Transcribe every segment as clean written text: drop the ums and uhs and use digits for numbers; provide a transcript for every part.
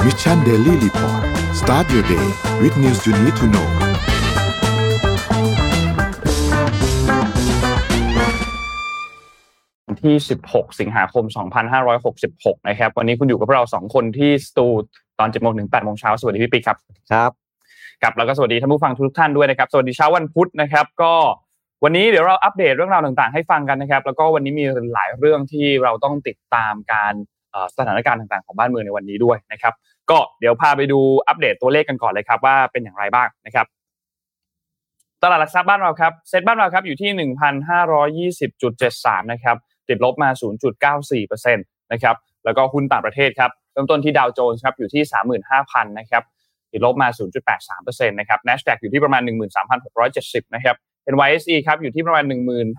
Mission Daily Report start your day with news you need to know ที่16สิงหาคม2566นะครับวันนี้คุณอยู่กับเรา2คนที่สตูตอน 7:00 นถึง 8:00 นเช้าสวัสดีพี่ปิ๊กครับครับแล้วก็สวัสดีท่านผู้ฟังทุกท่านด้วยนะครับสวัสดีเช้าวันพุธนะครับก็วันนี้เดี๋ยวเราอัปเดตเรื่องราวต่างๆให้ฟังกันนะครับแล้วก็วันนี้มีหลายเรื่องที่เราต้องติดตามการสถานการณ์ต่างๆของบ้านเมืองในวันนี้ด้วยนะครับก็เดี๋ยวพาไปดูอัปเดตตัวเลขกันก่อนเลยครับว่าเป็นอย่างไรบ้างนะครับตลาดหลักทรัพย์บ้านเราครับเซ็ตบ้านเราครับอยู่ที่ 1,520.73 นะครับติดลบมา 0.94% นะครับแล้วก็หุ้นต่างประเทศครับเริ่มต้นที่ดาวโจนส์ครับอยู่ที่ 35,000 นะครับติดลบมา 0.83% นะครับ Nasdaq อยู่ที่ประมาณ 13,670 นะครับ NYSE ครับอยู่ที่ประมาณ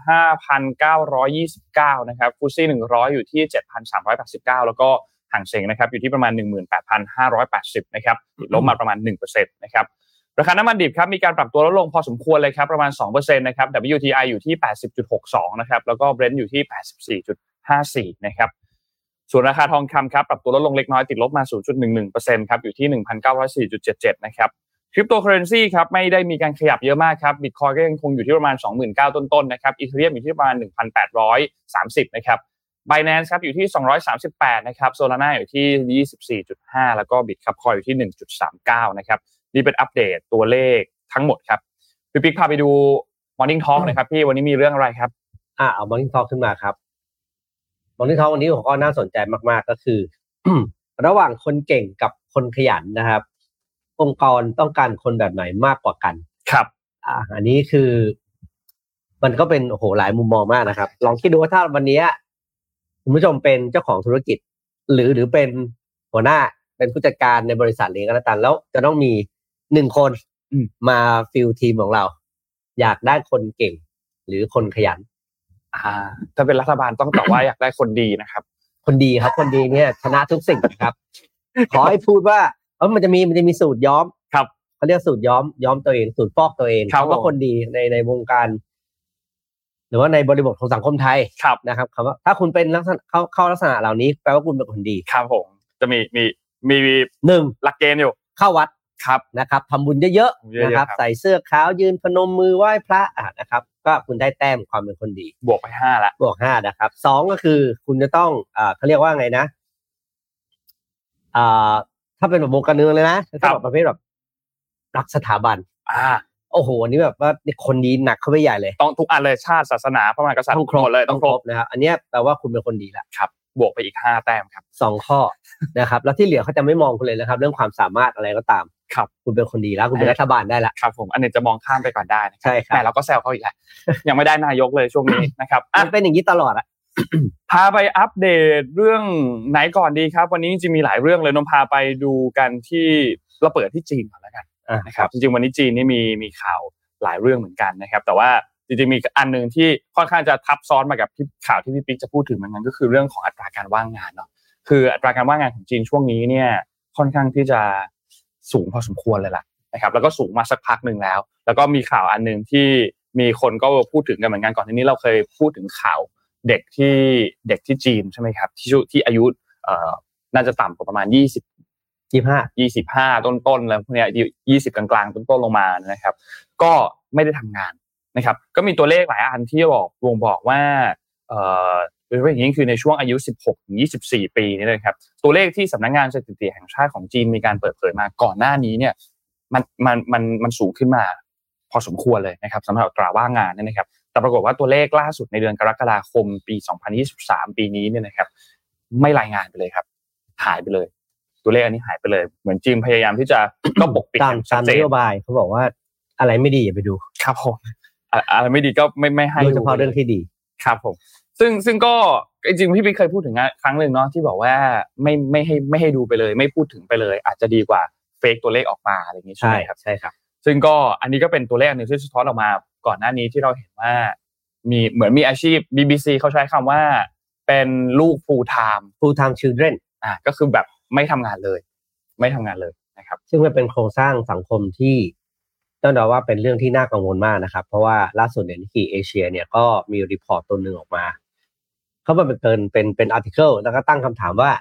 15,929 นะครับ FTSE 100อยู่ที่ 7,389 แล้วก็หางเส็งนะครับอยู่ที่ประมาณ 18,580 นะครับติดลบมาประมาณ 1% นะครับราคาน้ำมันดิบครับมีการปรับตัวลดลงพอสมควรเลยครับประมาณ 2% นะครับ WTI อยู่ที่ 80.62 นะครับแล้วก็ Brent อยู่ที่ 84.54 นะครับส่วนราคาทองคำครับปรับตัวลดลงเล็กน้อยติดลบมา 0.11% ครับอยู่ที่ 1,904.77 นะครับคริปโตเคอเรนซีครับไม่ได้มีการขยับเยอะมากครับ Bitcoin ก็ยังคงอยู่ที่ประมาณ 29,000 ต้นๆนะครับ Ethereum อยู่ที่ประมาณ 1,830 นะครับ Binance ครับอยู่ที่238นะครับ Solana อยู่ที่ 24.5 แล้วก็ Bitcoin อยู่ที่ 1.39 นะครับนี่เป็นอัปเดตตัวเลขทั้งหมดครับพี่ปิ๊กพาไปดู Morning Talk นะครับพี่วันนี้มีเรื่องอะไรครับเอา Morning Talk ขึ้นมาครับ Morning Talk วันนี้ผมก็น่าสนใจมากๆก็คือ ระหว่างคนเก่งกับคนขยันนะครับองค์กรต้องการคนแบบไหนมากกว่ากันครับอันนี้คือมันก็เป็นโอ้โหหลายมุมมองมากนะครับลองคิดดูว่าถ้าวันนี้คุณผู้ชมเป็นเจ้าของธุรกิจหรือเป็นหัวหน้าเป็นผู้จัดการในบริษัทเองก็แล้วกันแล้วจะต้องมี1คนมาฟิลทีมของเราอยากได้คนเก่งหรือคนขยันถ้าเป็นรัฐบาลต้องตอบว่าอยากได้คนดีนะครับคนดีครับคนดีเนี่ยชนะทุกสิ่งนะครับ ขอให้พูดว่ามันจะมีสูตรย้อมครับเขาเรียกสูตรย้อมตัวเองสูตรฟอกตัวเองเพราะว่าคนดีในวงการหรือว่าในบริบทของสังคมไทยนะครับคำว่าถ้าคุณเป็นลักษณะเข้าลักษณะเหล่านี้แปลว่าคุณเป็นคนดีครับผมจะมี 1 หลักเกณฑ์อยู่เข้าวัดครับนะครับทำบุญเยอะๆนะครับใส่เสื้อขาวยืนพนมมือไหว้พระนะครับก็คุณได้แต้มความเป็นคนดีบวกไป5ละบวก5นะครับ2ก็คือคุณจะต้องเขาเรียกว่าไงนะถ้าเป็นแบบวงการเมืองเลยนะถ้าแบบประเภทแบบรักสถาบันโอ้โหอันนี้แบบว่าคนดีหนักเข้าไปใหญ่เลยต้องทุกอันเลยชาติศาสนาพระมหากษัตริย์ต้องครบเลยต้องครบนะครับอันนี้แปลว่าคุณเป็นคนดีแล้วครับบวกไปอีก5แต้มครับ 2ข้อนะครับแล้วที่เหลือเขาจะไม่มองคุณเลยนะครับเรื่องความสามารถอะไรก็ตามครับคุณเป็นคนดีแล้วคุณเป็นรัฐบาลได้แล้วครับผมอันนี้จะมองข้ามไปก่อนได้นะใช่ครับแต่เราก็แซวเขาอีกแล้วยังไม่ได้นายกเลยช่วงนี้นะครับมันเป็นอย่างนี้ตลอดพาไปอัปเดตเรื่องไหนก่อนดีครับวันนี้จริงๆมีหลายเรื่องเลยนนพาไปดูกันที่เราเปิดที่จีนก่อนแล้วกันนะครับจริงๆวันนี้จีนนี่มีข่าวหลายเรื่องเหมือนกันนะครับแต่ว่าจริงๆมีอันนึงที่ค่อนข้างจะทับซ้อนมากับข่าวที่พี่ปิ๊กจะพูดถึงเหมือนกันก็คือเรื่องของอัตราการว่างงานเนาะคืออัตราการว่างงานของจีนช่วงนี้เนี่ยค่อนข้างที่จะสูงพอสมควรเลยล่ะนะครับแล้วก็สูงมาสักพักนึงแล้วก็มีข่าวอันนึงที่มีคนก็พูดถึงกันเหมือนกันก่อนนี้เราเคยพูดถึงข่าวเด็กที่จีนใช่ไหมครับที่อายุน่าจะต่ำกว่าประมาณ25ต้นๆแล้วพวกเนี้ย20กลางๆต้นๆลงมานะครับก็ไม่ได้ทำงานนะครับก็มีตัวเลขหลายอันที่บอกว่าโดยเฉพาะอย่างยิ่งคือในช่วงอายุ16ถึง24ปีนี่นะครับตัวเลขที่สำนักงานสถิติแห่งชาติของจีนมีการเปิดเผยมาก่อนหน้านี้เนี่ยมันสูงขึ้นมาพอสมควรเลยนะครับสำหรับอัตราว่างงานเนี่ยนะครับแต่ปรากฏว่าตัวเลขล่าสุดในเดือนกรกฎาคมปี2023ปีนี้เนี่ยนะครับไม่รายงานไปเลยครับหายไปเลยตัวเลขอันนี้หายไปเลยเหมือนจีนพยายามที่จะก็ปกปิดตามนโยบายเขาบอกว่าอะไรไม่ดีอย่าไปดูครับผมอะไรไม่ดีก็ไม่ให้โดยเฉพาะเรื่องที่ดีครับผมซึ่งก็จริงๆพี่ปิ๊กเคยพูดถึงครั้งนึงเนาะที่บอกว่าไม่ให้ดูไปเลยไม่พูดถึงไปเลยอาจจะดีกว่าเฟกตัวเลขออกมาอะไรอย่างงี้ใช่ครับใช่ครับซึ่งก็อันนี้ก็เป็นตัวเลขนึงที่สะท้อนออกมาก่อนหน้านี้ที่เราเห็นว่าเหมือนมีอาชีพ BBC เขาใช้คำว่าเป็นลูก full time children ก็คือแบบไม่ทำงานเลยนะครับซึ่งมันเป็นโครงสร้างสังคมที่ต้องบอกว่าเป็นเรื่องที่น่ากังวลมากนะครับเพราะว่าล่าสุดเนี่ยนิกเกิลเอเชียเนี่ยก็มีรีพอร์ตตัวนึงออกมาเขาเป็นอาร์ติเคิลแล้วก็ตั้งคำถามว่า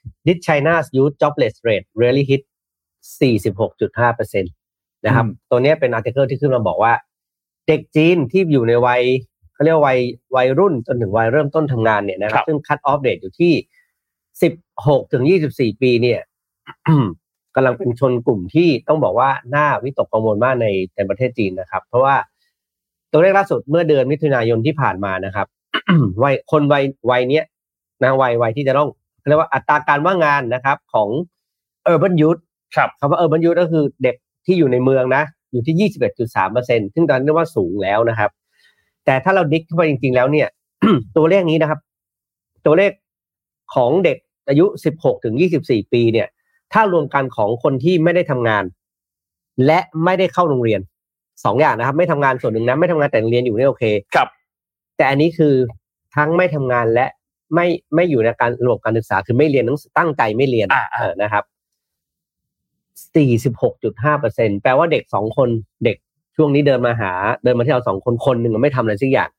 Did China's youth jobless rate really hit 46.5% นะครับตัวนี้เป็นอาร์ติเคิลที่ขึ้นมาบอกว่าเด็กจีนที่อยู่ในวัยเขาเรียกวัยรุ่นจนถึงวัยเริ่มต้นทำงานเนี่ยนะครับซึ่ง cut off rate อยู่ที่16ถึง24ปีเนี่ย กำลังเป็นชนกลุ่มที่ต้องบอกว่าน่าวิตกกังวลมากในประเทศจีนนะครับเพราะว่าตัวเลขล่าสุดเมื่อเดือนมิถุนายนที่ผ่านมานะครับ คนวัยเนี้ยนะวัยที่จะต้องเรียกว่าอัตราการว่างงานนะครับของ urban youth ครับคำว่า urban youth ก็คือเด็กที่อยู่ในเมืองนะอยู่ที่ 21.3% ซึ่งตอนนี้เรียกว่าสูงแล้วนะครับแต่ถ้าเราดิกเข้าไปจริงๆแล้วเนี่ย ตัวเลขนี้นะครับตัวเลขของเด็กอายุ16ถึง24ปีเนี่ยถ้ารวมกันของคนที่ไม่ได้ทำงานและไม่ได้เข้าโรงเรียน2อย่างนะครับไม่ทำงานส่วนหนึ่งนะไม่ทำงานแต่เรียนอยู่นี่โอเคครับแต่อันนี้คือทั้งไม่ทำงานและไม่อยู่ในการระบบการศึกษาคือไม่เรียนตั้งใจไม่เรียนนะครับ 46.5% แปลว่าเด็ก2คนเด็กช่วงนี้เดินมาที่เรา2คนนึงไม่ทำอะไรสักอย่าง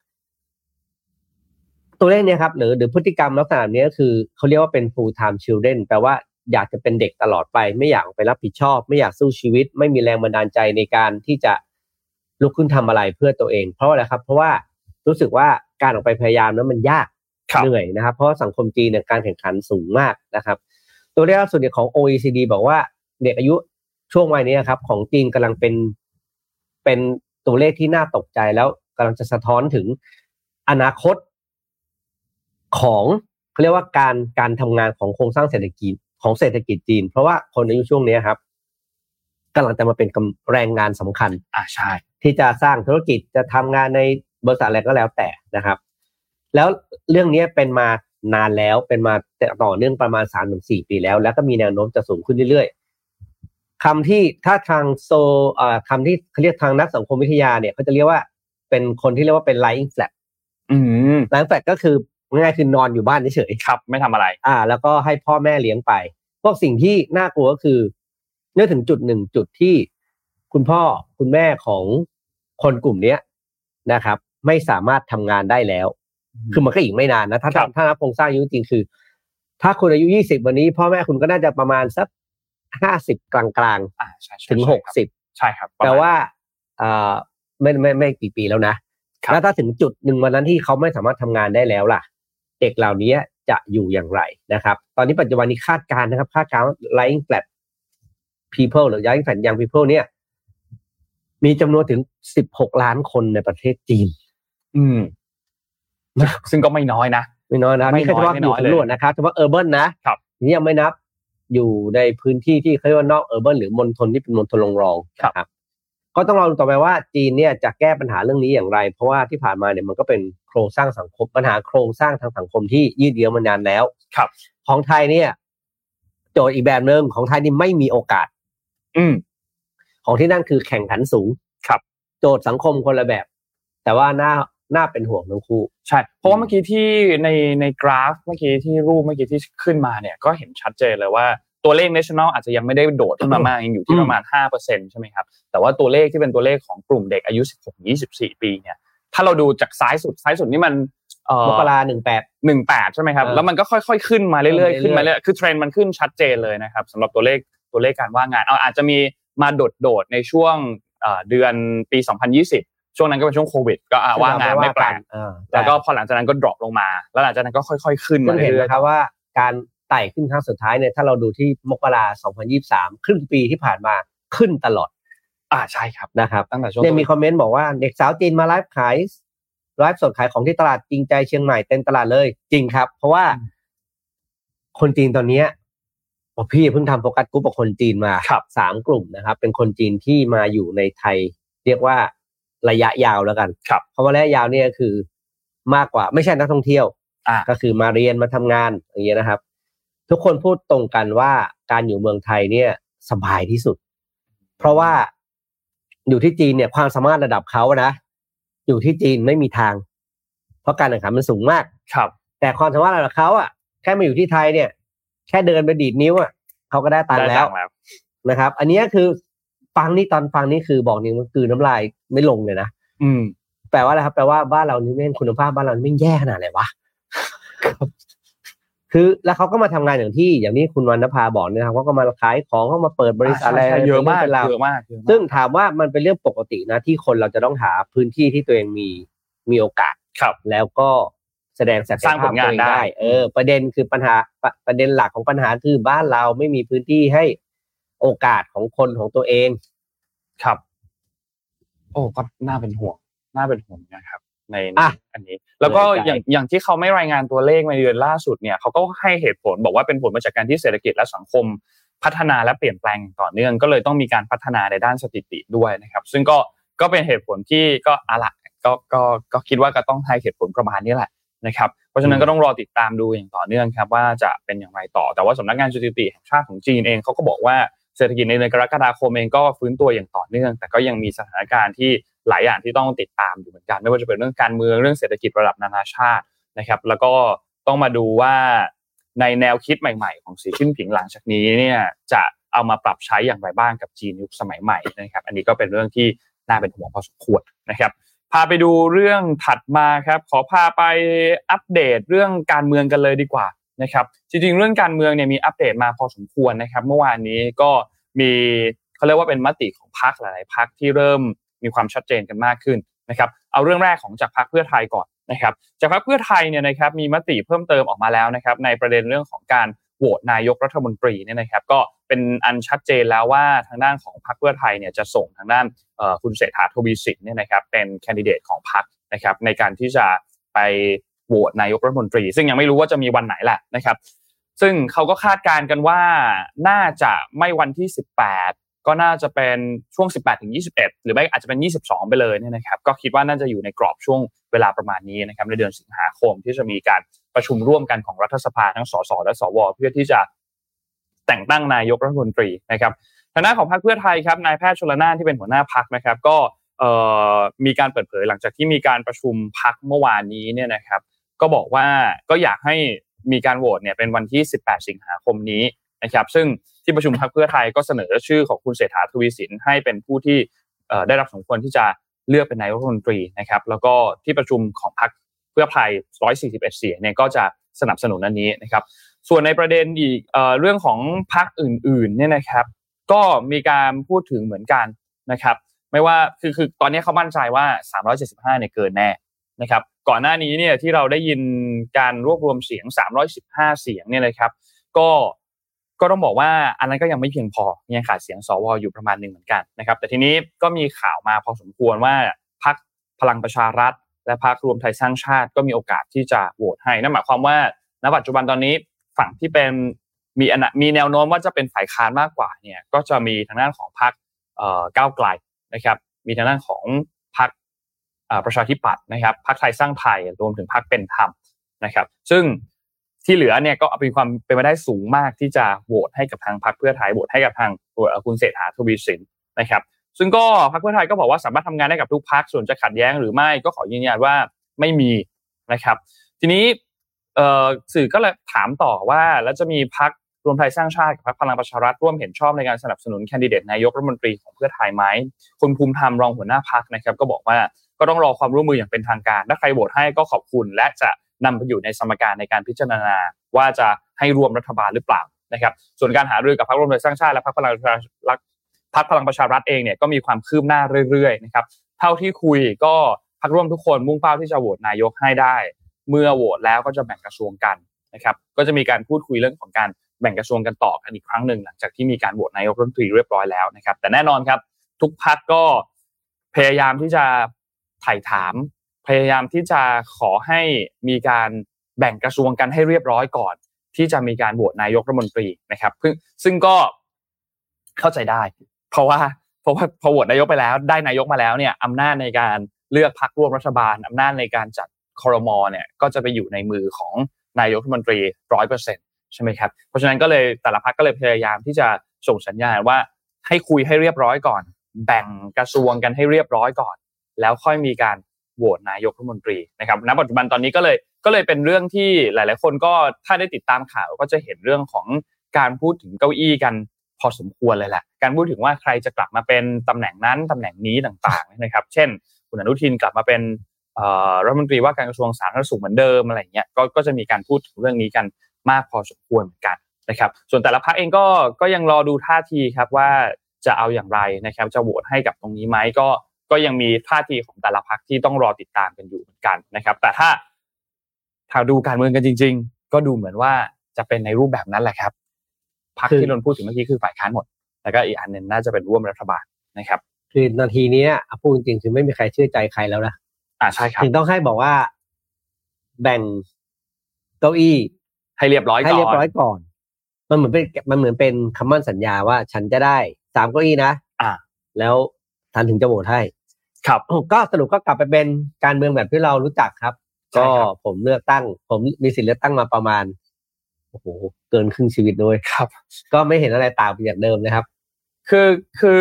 ตัวเลขนี้ครับหรือพฤติกรรมลักษณะนี้ก็คือเขาเรียกว่าเป็น full time children แปลว่าอยากจะเป็นเด็กตลอดไปไม่อยากไปรับผิดชอบไม่อยากสู้ชีวิตไม่มีแรงบันดาลใจในการที่จะลุกขึ้นทำอะไรเพื่อตัวเองเพราะอะไรครับเพราะว่ารู้สึกว่าการออกไปพยายามนั้นมันยากเหนื่อยนะครับเพราะสังคมจีนเนี่ยการแข่งขันสูงมากนะครับตัวเลขล่าสุดของ OECD บอกว่าเด็กอายุช่วงวัยนี้นะครับของจีนกำลังเป็นตัวเลขที่น่าตกใจแล้วกำลังจะสะท้อนถึงอนาคตของเขาเรียกว่าการทำงานของโครงสร้างเศรษฐกิจจีนเพราะว่าคนอายุช่วงนี้ครับกำลังจะมาเป็นแรงงานสำคัญใช่ที่จะสร้างธุรกิจจะทำงานในบริษัทอะไรก็แล้วแต่นะครับแล้วเรื่องนี้เป็นมานานแล้วเป็นมาต่อเนื่องประมาณ 3-4 ปีแล้วก็มีแนวโน้มจะสูงขึ้นเรื่อยๆคำที่ถ้าทางคำที่เขาเรียกทางนักสังคมวิทยาเนี่ยเขาจะเรียกว่าเป็นคนที่เรียกว่าเป็น lying flat lying flat ก็คือง่ายๆคือนอนอยู่บ้านเฉยๆครับไม่ทำอะไรแล้วก็ให้พ่อแม่เลี้ยงไปพวกสิ่งที่น่ากลัวก็คือเมื่อถึงจุดที่คุณพ่อคุณแม่ของคนกลุ่มนี้นะครับไม่สามารถทำงานได้แล้วคือมันก็อีกไม่นานนะถ้านับโครงสร้างอายุจริงคือถ้าคุณอายุ20วันนี้พ่อแม่คุณก็น่าจะประมาณสัก50กลางๆถึง60 ใช่ครับแต่ว่าไม่กี่ปีแล้วนะแล้วถ้าถึงจุดหนึ่งวันนั้นที่เขาไม่สามารถทำงานได้แล้วล่ะเด็กเหล่านี้จะอยู่อย่างไรนะครับตอนนี้ปัจจุบันนี้คาดการณ์นะครับคาดการณ์ lying flat people หรือ lying flat young people เนี่ยมีจำนวนถึง16ล้านคนในประเทศจีนซึ่งก็ไม่น้อยนะนี่คือเฉพาะอยู่สำรวจนะครับเฉพาะ urban นะครับนี่ยังไม่นับอยู่ในพื้นที่ที่เขาเรียกว่านอก urban หรือมณฑลที่เป็นมณฑลรองๆครับก็ต้องรอดูต่อไปว่าจีนเนี่ยจะแก้ปัญหาเรื่องนี้อย่างไรเพราะว่าที่ผ่านมาเนี่ยมันก็เป็นโครงสร้างสังคมปัญหาโครงสร้างทางสังคมที่ยืดเยื้อมานานแล้วของไทยเนี่ยโจทย์อีกแบบนึงของไทยนี่ไม่มีโอกาสของที่นั่นคือแข่งขันสูงโจทย์สังคมคนละแบบแต่ว่าน่าเป็นห่วงทั้งคู่ใช่เพราะว่าเมื่อกี้ที่ในกราฟเมื่อกี้ที่รูปเมื่อกี้ที่ขึ้นมาเนี่ยก็เห็นชัดเจนเลยว่าตัวเลข national อาจจะยังไม่ได้โดดขึ้นมามากยังอยู่ที่ประมาณ 5% ใช่ไหมครับแต่ว่าตัวเลขที่เป็นตัวเลขของกลุ่มเด็กอายุ 16-24 ปีเนี่ยถ้าเราดูจากซ้ายสุดนี่มันมกรา 18ใช่ไหมครับแล้วมันก็ค่อยๆขึ้นมาเรื่อยๆขึ้นมาเรื่อยคือเทรนด์มันขึ้นชัดเจนเลยนะครับสำหรับตัวเลขการว่างงานอาจจะมีมาโดดในช่วงเดือนปี2020ช่วงนั้นก็เป็นช่วงโควิดก็ว่างงานไม่แปลกแล้วก็พอหลังจากนั้นก็ drop ลงมาแล้วหลังจากนั้นก็ค่อยๆขึ้นมาเรื่อยๆครับว่าการไต่ขึ้นครั้งสุดท้ายเนี่ยถ้าเราดูที่มกราคม2023ครึ่งปีที่ผ่านมาขึ้นตลอดใช่ครับนะครับตั้งแต่ช่วงเนี่ยมีคอมเมนต์บอกว่าเด็กสาวจีนมาไลฟ์สดขายของที่ตลาดจริงใจเชียงใหม่เต็มตลาดเลยจริงครับเพราะว่าคนจีนตอนนี้พี่เพิ่งทำโฟกัสกรุ๊ปกับคนจีนมา3กลุ่มนะครับเป็นคนจีนที่มาอยู่ในไทยเรียกว่าระยะยาวแล้วกันเพราะว่าระยะยาวเนี่ยคือมากกว่าไม่ใช่นักท่องเที่ยวก็คือมาเรียนมาทำงานอย่างเงี้ยนะครับทุกคนพูดตรงกันว่าการอยู่เมืองไทยเนี่ยสบายที่สุดเพราะว่าอยู่ที่จีนเนี่ยความสามารถระดับเขานะอยู่ที่จีนไม่มีทางเพราะการแข่งขันมันสูงมากแต่ความสามารถระดับเขาแค่มาอยู่ที่ไทยเนี่ยแค่เดินไปดีดนิ้วเขาก็ได้ตังค์แล้วนะครับอันนี้คือฟังนี่ตอนฟังนี่คือบอกนี่มันคือน้ำลายไม่ลงเลยนะแปลว่าอะไรครับแปลว่าบ้านเรานี่แม่งคุณภาพบ้านเราไม่แย่ขนาดไหนวะคือแล้วเขาก็มาทำงานอย่างนี้คุณวรรณภาบอกเนี่ยครับเขาก็มาขายของเขามาเปิดบริษัทอะไรเยอะมากซึ่งถามว่ามันเป็นเรื่องปกตินะที่คนเราจะต้องหาพื้นที่ที่ตัวเองมีโอกาสแล้วก็แสดงศักยภาพตัวเองได้ประเด็นคือประเด็นหลักของปัญหาคือบ้านเราไม่มีพื้นที่ให้โอกาสของคนของตัวเองครับโอ้ก็น่าเป็นห่วงนะครับในอันนี้แล้วก็อย่างที่เขาไม่รายงานตัวเลขในเดือนล่าสุดเนี่ยเขาก็ให้เหตุผลบอกว่าเป็นผลมาจากการที่เศรษฐกิจและสังคมพัฒนาและเปลี่ยนแปลงต่อเนื่องก็เลยต้องมีการพัฒนาในด้านสถิติด้วยนะครับซึ่งก็เป็นเหตุผลที่ก็ก็คิดว่าก็ต้องให้เหตุผลประมาณนี้แหละนะครับเพราะฉะนั้นก็ต้องรอติดตามดูอย่างต่อเนื่องครับว่าจะเป็นอย่างไรต่อแต่ว่าสำนักงานสถิติแห่งชาติของจีนเองเขาก็บอกว่าเศรษฐกิจในเดือนกรกฎาคมเองก็ฟื้นตัวอย่างต่อเนื่องแต่ก็ยังมีสถานการณ์ที่หลายอย่างที่ต้องติดตามอยู่เหมือนกันไม่ว่าจะเป็นเรื่องการเมืองเรื่องเศรษฐกิจระดับนานาชาตินะครับแล้วก็ต้องมาดูว่าในแนวคิดใหม่ๆของสีจิ้นผิงหลังจากนี้เนี่ยจะเอามาปรับใช้อย่างไรบ้างกับจีนยุคสมัยใหม่นะครับอันนี้ก็เป็นเรื่องที่น่าเป็นห่วงพอสมควรนะครับพาไปดูเรื่องถัดมาครับขอพาไปอัปเดตเรื่องการเมืองกันเลยดีกว่านะครับจริงๆเรื่องการเมืองเนี่ยมีอัปเดตมาพอสมควรนะครับเมื่อวานนี้ก็มีเขาเรียกว่าเป็นมติของพรรคหลายๆพรรคที่เริ่มมีความชัดเจนกันมากขึ้นนะครับเอาเรื่องแรกของจากพรรคเพื่อไทยก่อนนะครับจากพรรคเพื่อไทยเนี่ยนะครับมีมติเพิ่มเติมออกมาแล้วนะครับในประเด็นเรื่องของการโหวตนายกรัฐมนตรีเนี่ยนะครับก็เป็นอันชัดเจนแล้วว่าทางด้านของพรรคเพื่อไทยเนี่ยจะส่งทางด้านคุณเศรษฐาทวีสินเนี่ยนะครับเป็นแคนดิเดตของพรรคนะครับในการที่จะไปโหวตนายกรัฐมนตรีซึ่งยังไม่รู้ว่าจะมีวันไหนแหละนะครับซึ่งเขาก็คาดการณ์กันว่าน่าจะไม่วันที่18ก็น่าจะเป็นช่วง18ถึง21หรือไม่อาจจะเป็น22ไปเลยเนี่ยนะครับก็คิดว่าน่าจะอยู่ในกรอบช่วงเวลาประมาณนี้นะครับในเดือนสิงหาคมที่จะมีการประชุมร่วมกันของรัฐสภาทั้งสสและสวเพื่อที่จะแต่งตั้งนายกรัฐมนตรีนะครับทางด้านของพรรคเพื่อไทยครับนายแพทย์ชลน่านที่เป็นหัวหน้าพรรคนะครับก็มีการเปิดเผยหลังจากที่มีการประชุมพรรคเมื่อวานนี้เนี่ยนะครับก็บอกว่าก็อยากให้มีการโหวตเนี่ยเป็นวันที่18สิงหาคมนี้นะครับซึ่งที่ประชุมพรรคเพื่อไทยก็เสนอชื่อของคุณเศรษฐาทวีสินให้เป็นผู้ที่ได้รับสมควรที่จะเลือกเป็นนายกรัฐมนตรีนะครับแล้วก็ที่ประชุมของพรรคเพื่อไทย141เสียงเนี่ยก็จะสนับสนุนอันนี้นะครับส่วนในประเด็นอีกเรื่องของพรรคอื่นๆเนี่ยนะครับก็มีการพูดถึงเหมือนกันนะครับไม่ว่าคือตอนนี้เขามั่นใจว่า375เนี่ยเกินแน่นะครับก่อนหน้านี้เนี่ยที่เราได้ยินการรวบรวมเสียง315เสียงเนี่ยนะครับก็ต้องบอกว่าอันนั้นก็ยังไม่เพียงพอยังขาดเสียงสวอยู่ประมาณนึงเหมือนกันนะครับแต่ทีนี้ก็มีข่าวมาพอสมควรว่าพรรคพลังประชารัฐและพรรครวมไทยสร้างชาติก็มีโอกาสที่จะโหวตให้นั่นหมายความว่าณปัจจุบันตอนนี้ฝั่งที่เป็นมีแนวโน้มว่าจะเป็นฝ่ายค้านมากกว่าเนี่ยก็จะมีทางด้านของพรรคก้าวไกลนะครับมีทางด้านของพรรคประชาธิปัตย์นะครับพรรคไทยสร้างไทยรวมถึงพรรคเป็นธรรมนะครับซึ่งที่เหลือเนี่ยก็มีความเป็นไปได้สูงมากที่จะโหวตให้กับทางพรรคเพื่อไทยโหวตให้กับทางคุณเศรษฐาทวีสินนะครับซึ่งก็พรรคเพื่อไทยก็บอกว่าสามารถทำงานได้กับทุกพรรคส่วนจะขัดแย้งหรือไม่ก็ขอยืนยันว่าไม่มีนะครับทีนี้สื่อก็เลยถามต่อว่าแล้วจะมีพรรครวมไทยสร้างชาติกับพรรคพลังประชารัฐร่วมเห็นชอบในการสนับสนุนแคนดิเดตนายกรัฐมนตรีของเพื่อไทยไหมคุณภูมิธรรมรองหัวหน้าพรรคนะครับก็บอกว่าก็ต้องรอความร่วมมืออย่างเป็นทางการถ้าใครโหวตให้ก็ขอบคุณและจะนำไปอยู่ในสมการในการพิจารณาว่าจะให้ร่วมรัฐบาลหรือเปล่านะครับส่วนการหารือกับพรรครวมไทยสร้างชาติและพรรคพลังประชารัฐเองเนี่ยก็มีความคืบหน้าเรื่อยๆนะครับเท่าที่คุยก็พรรคร่วมทุกคนมุ่งเป้าที่จะโหวตนายกให้ได้เมื่อโหวตแล้วก็จะแบ่งกระทรวงกันนะครับก็จะมีการพูดคุยเรื่องของการแบ่งกระทรวงกันต่อกันอีกครั้งนึงหลังจากที่มีการโหวตนายกรัฐมนตรีเรียบร้อยแล้วนะครับแต่แน่นอนครับทุกพรรคก็พยายามที่จะไถ่ถามพยายามที่จะขอให้มีการแบ่งกระทรวงกันให้เรียบร้อยก่อนที่จะมีการโหวตนายกรัฐมนตรีนะครับซึ่งก็เข้าใจได้เพราะว่าพอโหวตนายกไปแล้วได้นายกมาแล้วเนี่ยอำนาจในการเลือกพรรคร่วมรัฐบาลอำนาจในการจัดครม.เนี่ยก็จะไปอยู่ในมือของนายกรัฐมนตรี 100% ใช่ไหมครับเพราะฉะนั้นก็เลยแต่ละพรรคก็เลยพยายามที่จะส่งสัญญาณว่าให้คุยให้เรียบร้อยก่อนแบ่งกระทรวงกันให้เรียบร้อยก่อนแล้วค่อยมีการโหวตนายกรัฐมนตรีนะครับณปัจจุบันตอนนี้ก็เลยเป็นเรื่องที่หลายๆคนก็ถ้าได้ติดตามข่าวก็จะเห็นเรื่องของการพูดถึงเก้าอี้กันพอสมควรเลยแหละการพูดถึงว่าใครจะกลับมาเป็นตำแหน่งนั้นตำแหน่งนี้ต่างๆนะครับเช่นคุณอนุทินกลับมาเป็นรัฐมนตรีว่าการกระทรวงสาธารณสุขเหมือนเดิมอะไรอย่างเงี้ยก็จะมีการพูดถึงเรื่องนี้กันมากพอสมควรเหมือนกันนะครับส่วนแต่ละพรรคเองก็ยังรอดูท่าทีครับว่าจะเอาอย่างไรนะครับจะโหวตให้กับตรงนี้ไหมก็ยังมีท่าทีของแต่ละพรรคที่ต้องรอติดตามกันอยู่เหมือนกันนะครับแต่ถ้าดูการเมืองกันจริงๆก็ดูเหมือนว่าจะเป็นในรูปแบบนั้นแหละครับพรรคที่นนท์พูดถึงเมื่อกี้คือฝ่ายค้านหมดแล้วก็อีกอันนึงน่าจะเป็นร่วมรัฐบาลนะครับคือนาทีนี้พูดจริงๆคือไม่มีใครเชื่อใจใครแล้วนะใช่ครับถึงต้องให้บอกว่าแบ่งเก้าอี้ให้เรียบร้อยก่อนมันเหมือนเป็นคำมั่นสัญญาว่าฉันจะได้3เก้าอี้นะแล้วท่านถึงจะโหวตให้ครับก็สรุปก็กลับไปเป็นการเมืองแบบที่เรารู้จักครับก็ผมมีสิทธิ์เลือกตั้งมาประมาณโอ้โหเกินครึ่งชีวิตด้วยครับก็ไม่เห็นอะไรต่างไปจากเดิมนะครับคือ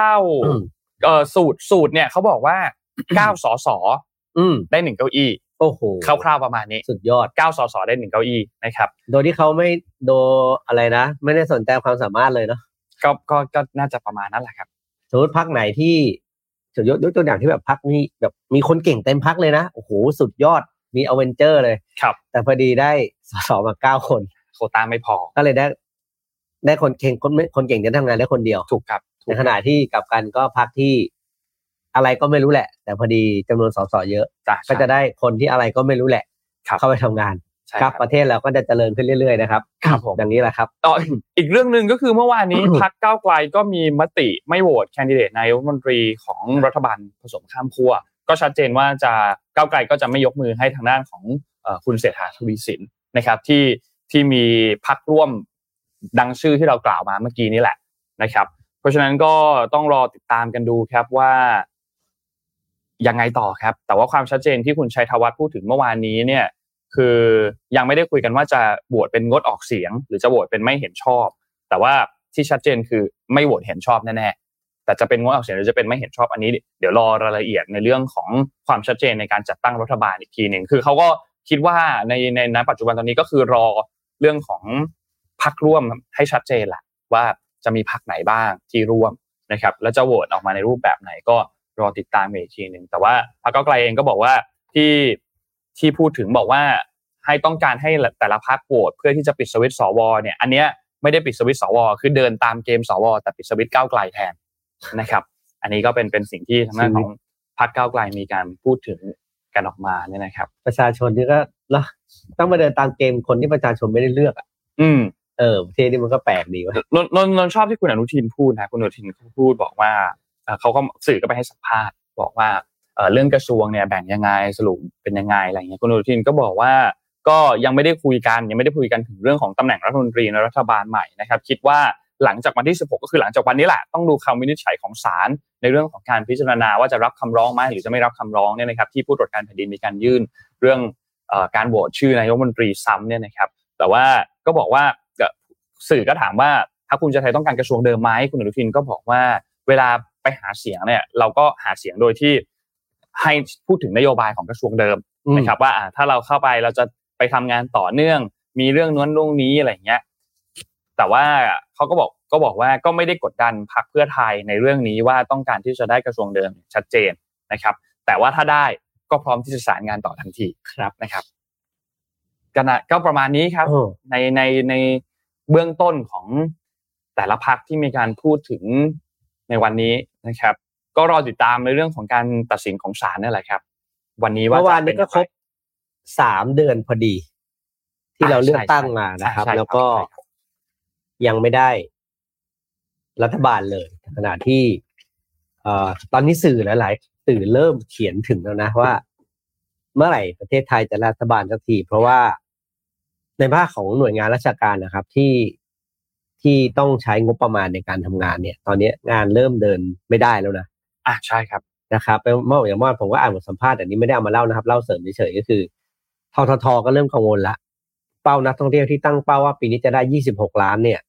9สูตรเนี่ยเขาบอกว่า9สสได้1เก้าอี้โอ้โหคร่าวๆประมาณนี้สุดยอด 9สสได้1เก้าอี้นะครับโดยที่เขาไม่อะไรนะไม่ได้สนใจความสามารถเลยเนาะก็น่าจะประมาณนั้นแหละครับสมมติพรรคไหนที่ยกตัวอย่างที่แบบพรรคนี้แบบมีคนเก่งเต็มพรรคเลยนะโอ้โหสุดยอดมีอเวนเจอร์เลยครับแต่พอดีได้สสมา9คนโควต้าไม่พอก็เลยได้คนเก่งจะทำงานได้คนเดียวถูกครับในขณะที่กลับกันก็พรรคที่อะไรก็ไม่รู้แหละแต่พอดีจำนวนสสเยอะก็จะได้คนที่อะไรก็ไม่รู้แหละเข้าไปทำงานครับประเทศเราก็จะเจริญขึ้นเรื่อยๆนะครับครับผมอย่างนี้แหละครับอีกเรื่องนึงก็คือเมื่อวานนี้ พรรคก้าวไกลก็มีมติไม่โหวตแคนดิเดตนายกรัฐมนตรีของรัฐบาลผสมข้ามขั้วก็ชัดเจนว่าก้าวไกลก็จะไม่ยกมือให้ทางด้านของคุณเศรษฐาทวีสินนะครับที่มีพรรคร่วมดังชื่อที่เรากล่าวมาเมื่อกี้นี้แหละนะครับเพราะฉะนั้นก็ต้องรอติดตามกันดูครับว่ายังไงต่อครับแต่ว่าความชัดเจนที่คุณชัยธวัฒน์พูดถึงเมื่อวานนี้เนี่ยคือยังไม่ได้คุยกันว่าจะโหวตเป็นงดออกเสียงหรือจะโหวตเป็นไม่เห็นชอบแต่ว่าที่ชัดเจนคือไม่โหวตเห็นชอบแน่ๆแต่จะเป็นงดออกเสียงหรือจะเป็นไม่เห็นชอบอันนี้เดี๋ยวรอรายละเอียดในเรื่องของความชัดเจนในการจัดตั้งรัฐบาลอีกทีนึงคือเขาก็คิดว่าในปัจจุบันตอนนี้ก็คือรอเรื่องของพรรคร่วมให้ชัดเจนแหละว่าจะมีพรรคไหนบ้างที่ร่วมนะครับแล้วจะโหวตออกมาในรูปแบบไหนก็รอติดตามอีกทีนึงแต่ว่าพรรคก้าวไกลเองก็บอกว่าที่พูดถึงบอกว่าให้ต้องการให้แต่ละพรรคโหวตเพื่อที่จะปิดสวิตช์สวเนี่ยอันเนี้ยไม่ได้ปิดสวิตช์สวคือเดินตามเกมสวแต่ปิดสวิตช์ก้าวไกลแทนนะครับอันนี้ก็เป็นสิ่งที่ทางด้านของพรรคก้าวไกลมีการพูดถึงกันออกมาเนี่ยนะครับประชาชนนี่ก็ต้องมาเดินตามเกมคนที่ประชาชนไม่ได้เลือกประเทศนี้มันก็แปลกดีว่ะนนชอบที่คุณอนุทินพูดนะคุณอนุทินเขาพูดบอกว่าเขาก็สื่อก็ไปให้สัมภาษณ์บอกว่าเรื่องกระทรวงเนี่ยแบ่งยังไงสรุปเป็นยังไงอะไรเงี้ยคุณอนุทินก็บอกว่าก็ยังไม่ได้คุยกันถึงเรื่องของตำแหน่งรัฐมนตรีในรัฐบาลใหม่นะครับคิดว่าหลังจากวันที่16ก็คือหลังจากวันนี้แหละต้องดูคำวินิจฉัยของศาลในเรื่องของการพิจารณาว่าจะรับคำร้องไหมหรือจะไม่รับคำร้องเนี่ยนะครับที่ผู้ตรวจการแผ่นดินมีการยื่นเรื่องการโหวตชื่อนายกรัฐมนตรีซ้ำเนี่ยนะครับแต่ว่าก็บอกว่าสื่อก็ถามว่าพรรคภูมิใจไทยต้องการกระทรวงเดิมไหมคุณอนุทินก็บอกว่าเวลาไปหาเสียงเนี่ยเราก็หาเสียงโดยที่ให้พูดถึงนโยบายของกระทรวงเดิมนะครับว่าถ้าเราเข้าไปเราจะไปทำงานต่อเนื่องมีเรื่องนู้นเรื่องนี้อะไรอย่างเงี้ยแต่ว่าเขาก็บอกว่าก็ไม่ได้กดดันพรรคเพื่อไทยในเรื่องนี้ว่าต้องการที่จะได้กระทรวงเดิมชัดเจนนะครับแต่ว่าถ้าได้ก็พร้อมที่จะสานงานต่อทันทีครับนะครับก็ประมาณนี้ครับในเบื้องต้นของแต่ละพรรคที่มีการพูดถึงในวันนี้นะครับก็รอติดตามในเรื่องของการตัดสินของศาลนี่แหละครับวันนี้ว่าวันนี้ก็ครบ3เดือนพอดีที่เราเลือกตั้งมานะครับแล้วก็ยังไม่ได้รัฐบาลเลยขณะที่ตอนนี้สื่อหลายๆสื่อเริ่มเขียนถึงแล้วนะว่าเมื่อไหร่ประเทศไทยจะรัฐบาลสักทีเพราะว่าในภาคของหน่วยงานราชการนะครับที่ต้องใช้งบประมาณในการทำงานเนี่ยตอนนี้งานเริ่มเดินไม่ได้แล้วนะใช่ครับนะครับเมื่ออย่างว่าผมก็อ่านบทสัมภาษณ์แต่นี้ไม่ได้เอามาเล่านะครับเล่าเสริมเฉยๆก็คือททท.ก็เริ่มกังวลละเป้านักท่องเที่ยวที่ตั้งเป้าว่าปีนี้จะได้26ล้านเนี่ย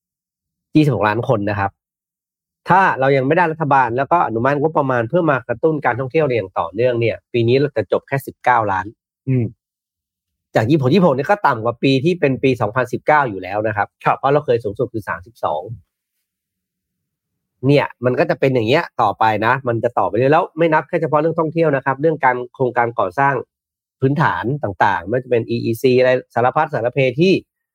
26ล้านคนนะครับถ้าเรายังไม่ได้รัฐบาลแล้วก็อนุมัติงบประมาณเพื่อมากระตุ้นการท่องเที่ยวอย่างต่อเนื่องเนี่ยปีนี้เราจะจบแค่19ล้านจาก26นี่ก็ต่ำกว่าปีที่เป็นปี2019อยู่แล้วนะครับเพราะเราเคยสูงสุดคือ32เนี่ยมันก็จะเป็นอย่างเงี้ยต่อไปนะมันจะต่อไปเรื่อยแล้วไม่นับแค่เฉพาะเรื่องท่องเที่ยวนะครับเรื่องการโครงการก่อสร้างพื้นฐานต่างๆไม่ว่าจะเป็น EEC อะไรสารพัดสารเพที่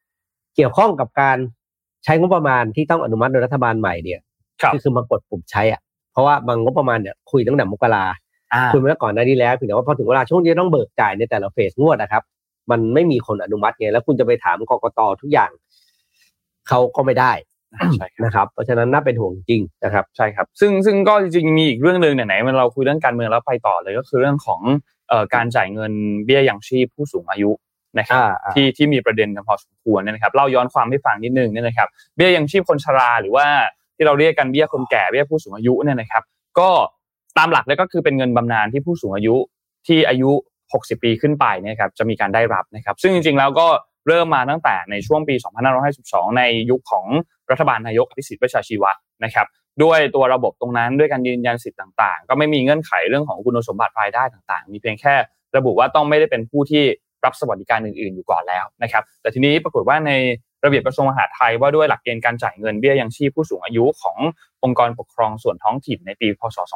เกี่ยวข้องกับการใช้งบประมาณที่ต้องอนุมัติโดยรัฐบาลใหม่เนี่ยคือมากดปุ่มใช้อ่ะเพราะว่าบางงบประมาณเนี่ยคุยตั้งแต่มกราคุยมาก่อนหน้านี้แล้วเพียงแต่ว่าพอถึงเวลาช่วงที่ต้องเบิกจ่ายในแต่ละเฟสงวดนะครับมันไม่มีคนอนุมัติไงแล้วคุณจะไปถามกกต.ทุกอย่างเขาก็ไม่ได้นะครับเพราะฉะนั้นน่าเป็นห่วงจริงนะครับใช่ครับซึ่งก็จริงๆมีอีกเรื่องนึงไหนๆเราคุยเรื่องการเมืองแล้วไปต่อเลยก็คือเรื่องของการจ่ายเงินเบี้ยยังชีพผู้สูงอายุนะครับที่มีประเด็นกันพอสมควรนะครับเล่าย้อนความให้ฟังนิดนึงเนี่ยนะครับเบี้ยยังชีพคนชราหรือว่าที่เราเรียกกันเบี้ยคนแก่เบี้ยผู้สูงอายุเนี่ยนะครับก็ตามหลักแล้วก็คือเป็นเงินบำนาญที่ผู้สูงอายุที่อายุ60ปีขึ้นไปเนี่ยครับจะมีการได้รับนะครับซึ่งจริงๆแล้วก็เริ่มมาตั้งแต่ในช่วงปี2552ในยุคของรัฐบาลนายกอภิสิทธิ์เวชชาชีวะนะครับด้วยตัวระบบตรงนั้นด้วยการยืนยันสิทธิ์ต่างๆก็ไม่มีเงื่อนไขเรื่องของคุณสมบัติรายได้ต่างๆมีเพียงแค่ระบุว่าต้องไม่ได้เป็นผู้ที่รับสวัสดิการอื่นๆอยู่ก่อนแล้วนะครับแต่ทีนี้ปรากฏว่าในระเบียบกระทรวงมหาดไทยว่าด้วยหลักเกณฑ์การจ่ายเงินเบี้ยยังชีพผู้สูงอายุขององค์กรปกครองส่วนท้องถิ่นในปีพ.ศ.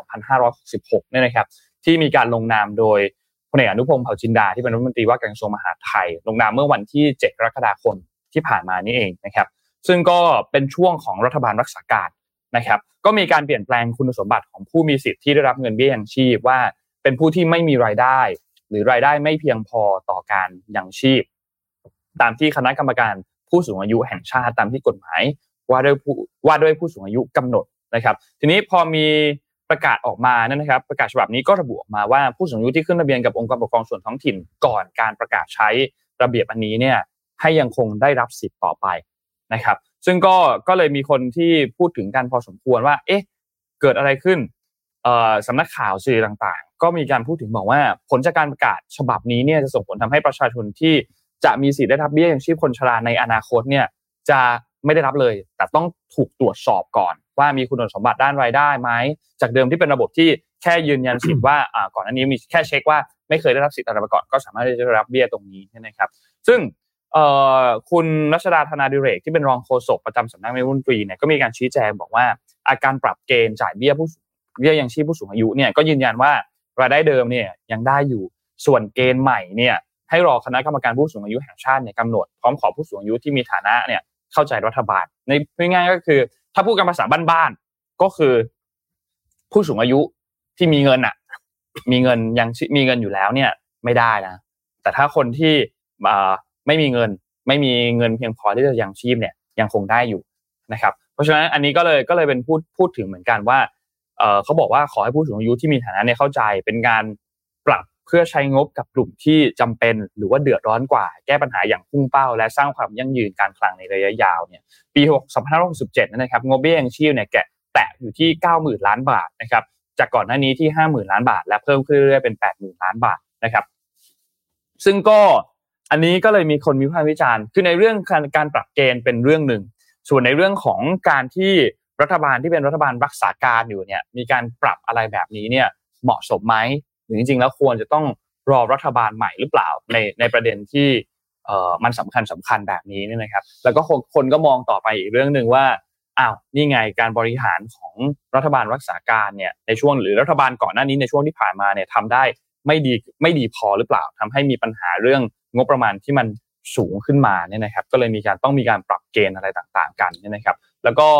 2566เนี่ยนะครับที่มีการลงนามโดยพลเอกอนุพงษ์เผ่าจินดาที่เป็นรัฐมนตรีว่าการกระทรวงมหาดไทยลงนามเมื่อวันที่7กรกฎาคมที่ผ่านมานี่เองนะครับซึ่งก็เป็นช่วงของรัฐบาลรักษาการนะครับก็มีการเปลี่ยนแปลงคุณสมบัติของผู้มีสิทธิ์ที่ได้รับเงินเบี้ยยังชีพว่าเป็นผู้ที่ไม่มีรายได้หรือรายได้ไม่เพียงพอต่อการยังชีพตามที่คณะกรรมการผู้สูงอายุแห่งชาติตามที่กฎหมายว่าด้วยผู้สูงอายุกำหนดนะครับทีนี้พอมีประกาศออกมานะครับประกาศฉบับนี้ก็ระบุออกมาว่าผู้สูงอายุที่ขึ้นทะเบียนกับองค์กรปกครองส่วนท้องถิ่นก่อนการประกาศใช้ระเบียบอันนี้เนี่ยให้ยังคงได้รับสิทธิ์ต่อไปนะครับซึ่งก็เลยมีคนที่พูดถึงกันพอสมควรว่าเอ๊ะเกิดอะไรขึ้นสำนักข่าวสื่อต่างๆก็มีการพูดถึงบอกว่าผลจากการประกาศฉบับนี้เนี่ยจะส่งผลทำให้ประชาชนที่จะมีสิทธิ์ได้รับเบี้ยยังชีพคนชราในอนาคตเนี่ยจะไม่ได้รับเลยแต่ต้องถูกตรวจสอบก่อนว่ามีคุณสมบัติด้านรายได้ไหมจากเดิมที่เป็นระบบที่แค่ยืนยันสิทธิ์ว่าก่อนหน้านี้มีแค่เช็คว่าไม่เคยได้รับสิทธิ์อะไรมาก่อนก็สามารถที่จะได้รับเบี้ยตรงนี้นะครับซึ่งคุณรัชดาธนาดิเรกที่เป็นรองโฆษกประจำสำนักนายกรัฐมนตรีเนี่ยก็มีการชี้แจงบอกว่าอาการปรับเกณฑ์จ่ายเบี้ยยังชีพผู้สูงอายุเนี่ยก็ยืนยันว่ารายได้เดิมเนี่ยยังได้อยู่ส่วนเกณฑ์ใหม่เนี่ยให้รอคณะกรรมการผู้สูงอายุแห่งชาติเนี่ยกำหนดพร้อมขอผู้สูงอายุที่มีฐานะเนี่ยเข้าใจรัฐบาลในง่ายๆก็คือถ้าพูดกันภาษาบ้านๆก็คือผู้สูงอายุที่มีเงินมีเงินอยู่แล้วเนี่ยไม่ได้นะแต่ถ้าคนที่ไม่มีเงินเพียงพอที่จะยังชีพเนี่ยยังคงได้อยู่นะครับเพราะฉะนั้นอันนี้ก็เลยเป็นพูดถึงเหมือนกันว่าเขาบอกว่าขอให้ผู้สูงอายุที่มีฐานะเนี่ยเข้าใจเป็นการปรับเพื่อใช้งบกับกลุ่มที่จำเป็นหรือว่าเดือดร้อนกว่าแก้ปัญหาอย่างพุ่งเป้าและสร้างความยั่งยืนการคลังในระยะยาวเนี่ยปี2567นะครับงบเบี้ยยังชีพเนี่ยแตะอยู่ที่ 90,000 ล้านบาทนะครับจากก่อนหน้านี้ที่ 50,000 ล้านบาทและเพิ่มขึ้นเรื่อยๆเป็น 80,000 ล้านบาทนะครับซึ่งก็อันนี้ก็เลยมีคนวิพากษ์วิจารณ์คือในเรื่องการปรับเกณฑ์เป็นเรื่องนึงส่วนในเรื่องของการที่รัฐบาลที่เป็นรัฐบาลรักษาการอยู่เนี่ยมีการปรับอะไรแบบนี้เนี่ยเหมาะสมไหมหรือจริงๆแล้วควรจะต้องรอรัฐบาลใหม่หรือเปล่าในประเด็นที่มันสำคัญแบบนี้เนี่ยนะครับแล้วก็คนก็มองต่อไปอีกเรื่องนึงว่าอ้าวนี่ไงการบริหารของรัฐบาลรักษาการเนี่ยในช่วงหรือรัฐบาลก่อนหน้านี้ในช่วงที่ผ่านมาเนี่ยทำได้ไม่ดีพอหรือเปล่าทำให้มีปัญหาเรื่องงบประมาณที่มันสูงขึ้นมาเนี่ยนะครับก็เลยต้องมีการปรับเกณฑ์อะไรต่างๆกันเนี่ยนะครับแล้วก็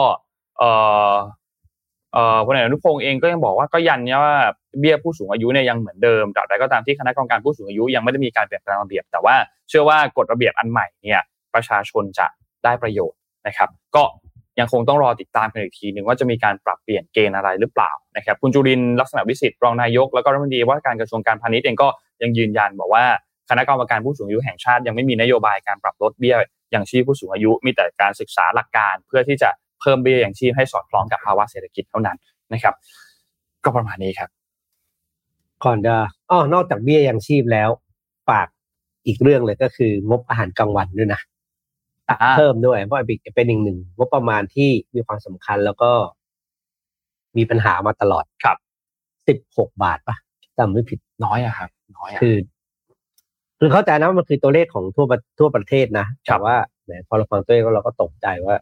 พลเอกอนุพงษ์เองก็ยังบอกว่าก็ยันเนี่ยว่าเบี้ยผู้สูงอายุเนี่ยยังเหมือนเดิมตราบใดก็ตามที่คณะกรรมการผู้สูงอายุยังไม่ได้มีการเปลี่ยนแปลงระเบียบแต่ว่าเชื่อว่ากฎระเบียบอันใหม่เนี่ยประชาชนจะได้ประโยชน์นะครับก็ยังคงต้องรอติดตามกันอีกทีนึงว่าจะมีการปรับเปลี่ยนเกณฑ์อะไรหรือเปล่านะครับคุณจุรินทร์ลักษณะวิสิทธิ์รองนายกแล้วก็รัฐมนตรีว่าการกระทรวงการพาณิชย์เองก็ยังยืนยันบอกว่าคณะกรรมการผู้สูงอายุแห่งชาติยังไม่มีนโยบายการปรับลดเบี้ยยังชีพผู้สูงอายุมีแต่การศึกษาหลักการเพื่อที่จะเพิ่มเบี้ยยังชีพให้สอดคล้องกับภาวะเศรษฐกิจเท่านั้นนะครับก็ประมาณนี้ครับก่อนจะนอกจากเบี้ยยังชีพแล้วฝากอีกเรื่องเลยก็คืองบอาหารกลางวันด้วยนะเพิ่มด้วยเพราะเป็นอีกหนึ่งงบประมาณที่มีความสำคัญแล้วก็มีปัญหามาตลอดครับ 16 บาทป่ะจำไม่ผิดน้อยอะครับน้อยคือเข้าใจนะมันคือตัวเลขของทั่วประเทศนะแต่ว่าแหมพอเราฟังตัวเลขเราก็ตกใจว่า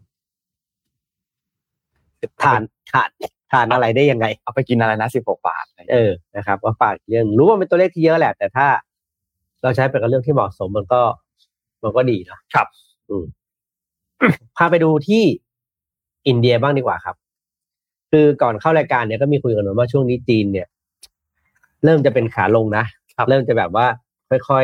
ทานอะไรได้ยังไงเอาไปกินอะไรนะ16 บาทนะครับว่าฝากเรื่องรู้ว่าเป็นตัวเลขที่เยอะแหละแต่ถ้าเราใช้เป็นเรื่องที่เหมาะสมมันก็ดีนะครับพาไปดูที่อินเดียบ้างดีกว่าครับคือก่อนเข้ารายการเนี่ยก็มีคุยกันว่าช่วงนี้จีนเนี่ยเริ่มจะเป็นขาลงนะเริ่มจะแบบว่าค่อย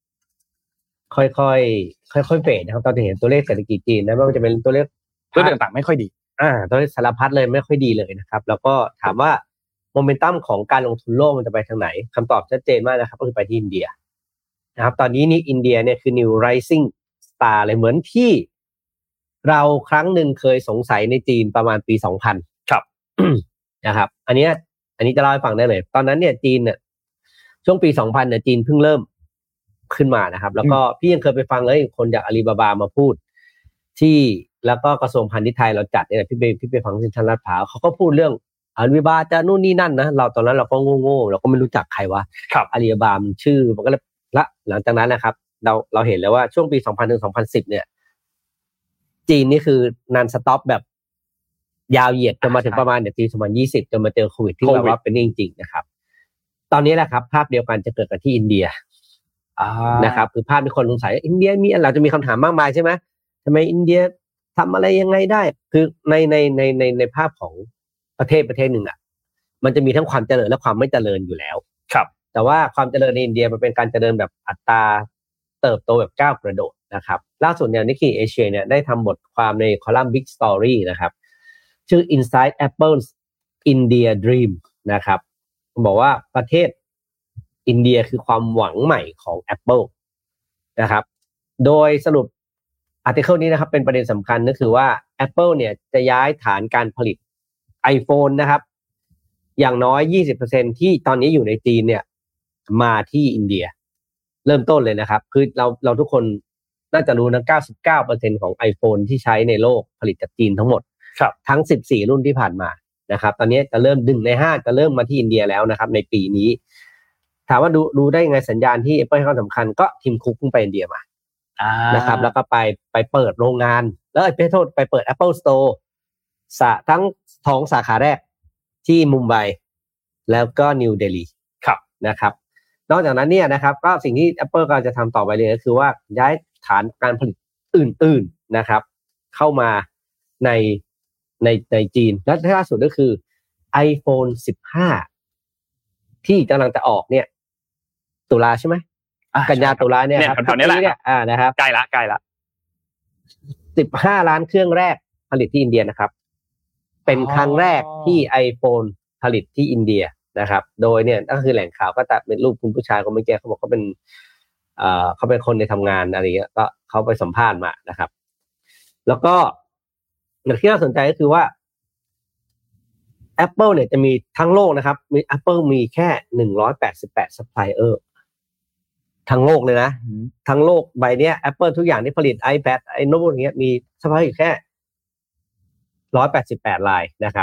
ๆเฟดนะครับตอนที่เห็นตัวเลขเศรษฐกิจจีนนะไม่ว่าจะเป็นตัวเลขต่างๆไม่ค่อยดีตัวเลขสารพัดเลยไม่ค่อยดีเลยนะครับแล้วก็ถามว่าโมเมนตัมของการลงทุนโลกมันจะไปทางไหนคำตอบชัดเจนมากนะครับก็คือไปที่อินเดียนะครับตอนนี้นี่อินเดียเนี่ยคือ new rising star เลยเหมือนที่เราครั้งหนึ่งเคยสงสัยในจีนประมาณปี 2000 ครับนะครับอันนี้จะเล่าให้ฟังได้เลยตอนนั้นเนี่ยจีนเนี่ยช่วงปี 2000เนี่ยจีนเพิ่งเริ่มขึ้นมานะครับแล้วก็พี่ยังเคยไปฟังเลยคนจากอาลีบาบามาพูดที่แล้วก็กระทรวงพาณิชย์ไทยเราจัดเนี่ยพี่ไปฟังที่ท่านลาดพร้าวเขาก็พูดเรื่องอาลีบาบาจะนู่นนี่นั่นนะเราตอนนั้นเราก็โง่ๆเราก็ไม่รู้จักใครวะอาลีบาบามันชื่อมันก็เลยละหลังจากนั้นนะครับเราเห็นแล้วว่าช่วงปี 2000 ถึง 2010เนี่ยจีนนี่คือนันสต็อปแบบยาวเหยียดจนมาถึงประมาณปี 2020 จนมาเจอโควิดที่แบบว่าเป็นจริงๆนะครับตอนนี้แหละครับภาพเดียวกันจะเกิดกับที่อินเดียนะครับคือภาพที่คนสงสัยอินเดียมีเราจะมีคำถามมากมายใช่ไหมทำไมอินเดียทำอะไรยังไงได้คือในภาพของประเทศหนึ่งอ่ะมันจะมีทั้งความเจริญและความไม่เจริญอยู่แล้วครับแต่ว่าความเจริญในอินเดียมันเป็นการเจริญแบบอัตราเติบโตแบบก้าวกระโดดนะครับล่าสุดเนี่ยนิกกี้เอเชียเนี่ยได้ทำบทความในคอลัมน์ Big Story นะครับชื่อ Inside Apple's India Dream นะครับบอกว่าประเทศอินเดียคือความหวังใหม่ของ Apple นะครับโดยสรุปอาร์ติเคิลนี้นะครับเป็นประเด็นสำคัญก็คือว่า Apple เนี่ยจะย้ายฐานการผลิต iPhone นะครับอย่างน้อย 20% ที่ตอนนี้อยู่ในจีนเนี่ยมาที่อินเดียเริ่มต้นเลยนะครับคือเราทุกคนน่าจะรู้นะ 99% ของ iPhone ที่ใช้ในโลกผลิตจากจีนทั้งหมดทั้ง14รุ่นที่ผ่านมานะครับตอนนี้จะเริ่ม1 ใน 5จะเริ่มมาที่อินเดียแล้วนะครับในปีนี้ถามว่าดูได้ยังไงสัญญาณที่ Apple ให้ความสำคัญก็ทีมคุกเพิ่งไปอินเดียมานะครับแล้วก็ไปเปิดโรงงานแล้วไปเปิด Apple Store ทั้ง2 สาขาแรกที่มุมไบแล้วก็นิวเดลีนะครับนอกจากนั้นเนี่ยนะครับก็สิ่งที่ Apple ก็จะทำต่อไปเลยก็คือว่าย้ายฐานการผลิตอื่นๆนะครับเข้ามาในจีนและล่าสุดก็คือ iPhone 15ที่กำลังจะออกเนี่ยตุลาใช่ไหมกันยาตุลาเนี่ยครับแถวๆนี้แหละนะครับใกล้ละ 15 ล้านเครื่องแรกผลิตที่อินเดียนะครับเป็นครั้งแรกที่ iPhone ผลิตที่อินเดียนะครับโดยเนี่ยก็คือแหล่งข่าวก็ตัดเป็นรูปคุณผู้ชายคนเมื่อกี้เขาบอกเขาเป็นคนในทำงานอะไรเงี้ยก็เขาไปสัมภาษณ์มานะครับแล้วก็อย่างที่น่าสนใจก็คือว่า Apple เนี่ยจะมีทั้งโลกนะครับApple มีแค่188 supplier ทั้งโลกเลยนะทั้งโลกใบเนี้ย Apple ทุกอย่างที่ผลิต iPad ไอ้โน้ตบุ๊กอย่างเงี้ยมีซัพพลายอยู่แค่188รายนะครับ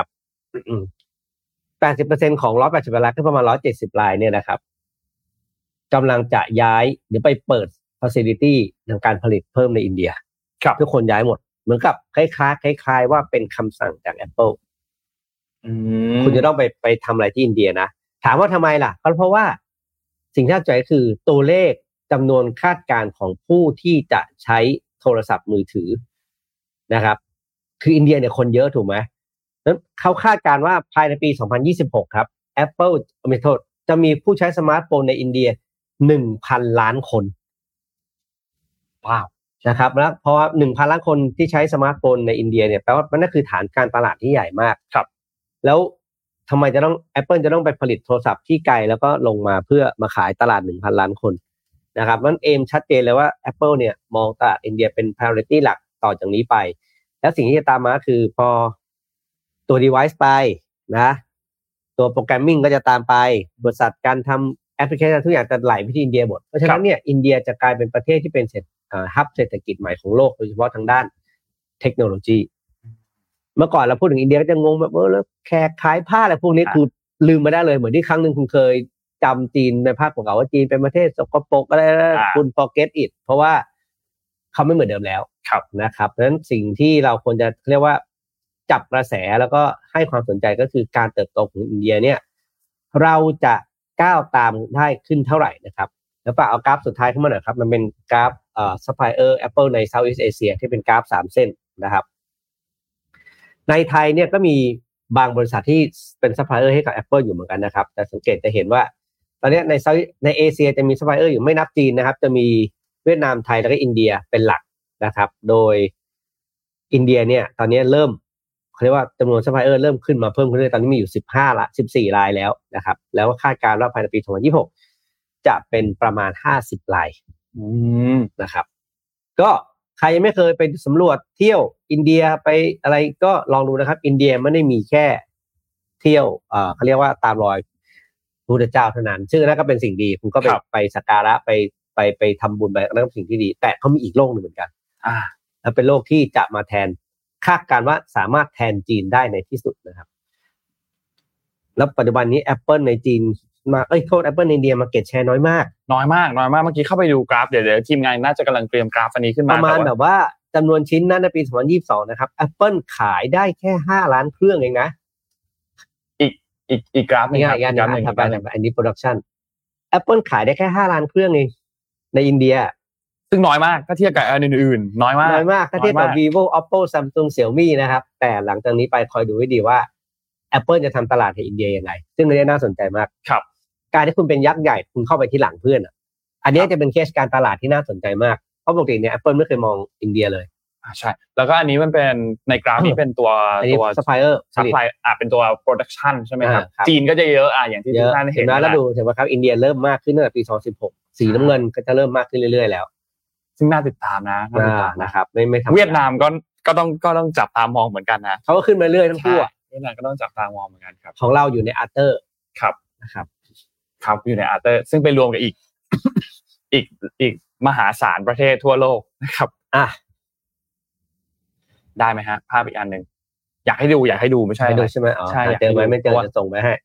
80% ของ188รายก็ประมาณ170รายเนี่ยนะครับกำลังจะย้ายหรือไปเปิด facility ทางการผลิตเพิ่มในอินเดียทุกคนย้ายหมดเหมือนกับคล้ายว่าเป็นคำสั่งจาก Apple คุณจะต้องไปทำอะไรที่อินเดียนะถามว่าทำไมล่ะก็เพราะว่าสิ่งที่น่าสนใจคือตัวเลขจำนวนคาดการณ์ของผู้ที่จะใช้โทรศัพท์มือถือนะครับคืออินเดียเนี่ยคนเยอะถูกไหมแล้วเขาคาดการณ์ว่าภายในปี 2026 ครับ Apple จะมีผู้ใช้สมาร์ทโฟนในอินเดีย 1,000 ล้านคนว้าวนะครับแล้วเพราะว่า 1,000 ล้านคนที่ใช้สมาร์ทโฟนในอินเดียเนี่ยแปลว่ามันนั่นคือฐานการตลาดที่ใหญ่มากครับแล้วทำไมApple จะต้องไปผลิตโทรศัพท์ที่ไกลแล้วก็ลงมาเพื่อมาขายตลาด 1,000 ล้านคนนะครับมันเอมชัดเจนเลยว่า Apple เนี่ยมองตลาดอินเดียเป็น priority หลักต่อจากนี้ไปแล้วสิ่งที่จะตามมาคือพอตัว device ไปนะตัวโปรแกรมมิ่งก็จะตามไปบริษัทการทำแอปพลิเคชันทุกอย่างจะไหลไปที่อินเดียหมดเพราะฉะนั้นเนี่ยอินเดียจะกลายเป็นประเทศที่เป็นฮับเศรษฐกิจใหม่ของโลกโดยเฉพาะทางด้านเทคโนโลยีเมื่อก่อนเราพูดถึงอินเดียก็จะงงแบบแล้วแขกขายผ้าอะไรพวกนี้คือลืมไม่ได้เลยเหมือนที่ครั้งนึงคุณเคยจำจีนในภาพของเขาว่าจีนเป็นประเทศสกปรกอะไรคุณ forget it เพราะว่าเขาไม่เหมือนเดิมแล้วนะครับเพราะฉะนั้นสิ่งที่เราควรจะเรียกว่าจับกระแสแล้วก็ให้ความสนใจก็คือการเติบโตของอินเดียเนี่ยเราจะก้าวตามได้ขึ้นเท่าไหร่นะครับแล้วก็เอากราฟสุดท้ายขึ้นมาหน่อยครับมันเป็นกราฟซัพพลายเออร์ Apple ใน Southeast Asia ที่เป็นกราฟ3เส้นนะครับในไทยเนี่ยก็มีบางบริษัทที่เป็นซัพพลายเออร์ให้กับ Apple อยู่เหมือนกันนะครับแต่สังเกตจะเห็นว่าตอนนี้ในเอเชียจะมีซัพพลายเออร์อยู่ไม่นับจีนนะครับจะมีเวียดนามไทยแล้วก็อินเดียเป็นหลักนะครับโดยอินเดียเนี่ยตอนนี้เริ่มเขาเรียกว่าจำนวนซัพพลายเออร์เริ่มขึ้นมาเพิ่มขึ้นเรื่อยๆตอนนี้มีอยู่14 รายแล้วนะครับแล้วคาดการณ์ว่าภายในปี2026จะเป็นประมาณ50 รายนะครับก็ใครยังไม่เคยไปสำรวจเที่ยวอินเดียไปอะไรก็ลองดูนะครับอินเดียไม่ได้มีแค่เที่ยวเขาเรียกว่าตามรอยพระพุทธเจ้าเท่านั้นซึ่งนั่นก็เป็นสิ่งดีคุณก็ไปสักการะไปทำบุญไปนั่นก็เป็นสิ่งที่ดีแต่เขามีอีกโลกหนึ่งเหมือนกันแล้วเป็นโลกที่จะมาแทนคาดการณ์ว่าสามารถแทนจีนได้ในที่สุดนะครับแล้วปัจจุบันนี้ Apple ในจีนมาโทษ Apple ในอินเดียมาเก็ตแชร์น้อยมากเมื่อกี้เข้าไปดูกราฟเดี๋ยวทีมงานน่าจะกำลังเตรียมกราฟอันนี้ขึ้นมาประมาณแบบว่าจำนวนชิ้นนั้นในปี2022นะครับ Apple ขายได้แค่5 ล้านเครื่องเองนะอีกกราฟนึงครับกราฟนึงอันนี้ production Apple ขายได้แค่5 ล้านเครื่องเองในอินเดียซึ่งน้อยมากถ้าเทียบกับอันอื่นๆน้อยมากถ้าเทียบกับ Vivo Oppo Samsung Xiaomi นะครับแต่หลังจากนี้ไปคอยดูให้ดีว่า Apple จะทำตลาดในอินเดียยังไงซึ่งอันนี้น่าสนใจมากครับการที่คุณเป็นยักษ์ใหญ่คุณเข้าไปที่หลังเพื่อนอันนี้จะเป็นเคสการตลาดที่น่าสนใจมากเพราะปกติเนี่ย Apple ไม่เคยมองอินเดียเลยใช่แล้วก็อันนี้มันเป็นในกราฟนี้เป็นตัว supplier เป็นตัว production ใช่ไหมครับจีนก็จะเยอะอย่างที่ทุกท่านเห็นแล้วดูเห็นไหมครับอินเดียเริ่มมากขึ้นตั้งแต่ปี2016สีน้ำเงินก็จะเริ่มมากขึ้นเรื่อยๆแล้วซึ่งน่าติดตามนะครับไม่เวียดนามก็ต้องจับตามองเหมือนกันนะเขาก็ขึ้นมาเรื่อยทั้งคู่เวียดนามก็ต้องจับตามองเหมือนกันครับของเราอยู่ในอาร์เตอร์ครับนะครับอยู่ในอาร์เตอร์ซึ่งไปรวมกับอีกมหาศาลประเทศทั่วโลกนะครับได้ไหมฮะภาพอีกอันหนึ่งอยากให้ดูไม่ใช่ใช่ไหมใช่เจอไหมไม่เจอจะส่งไปให้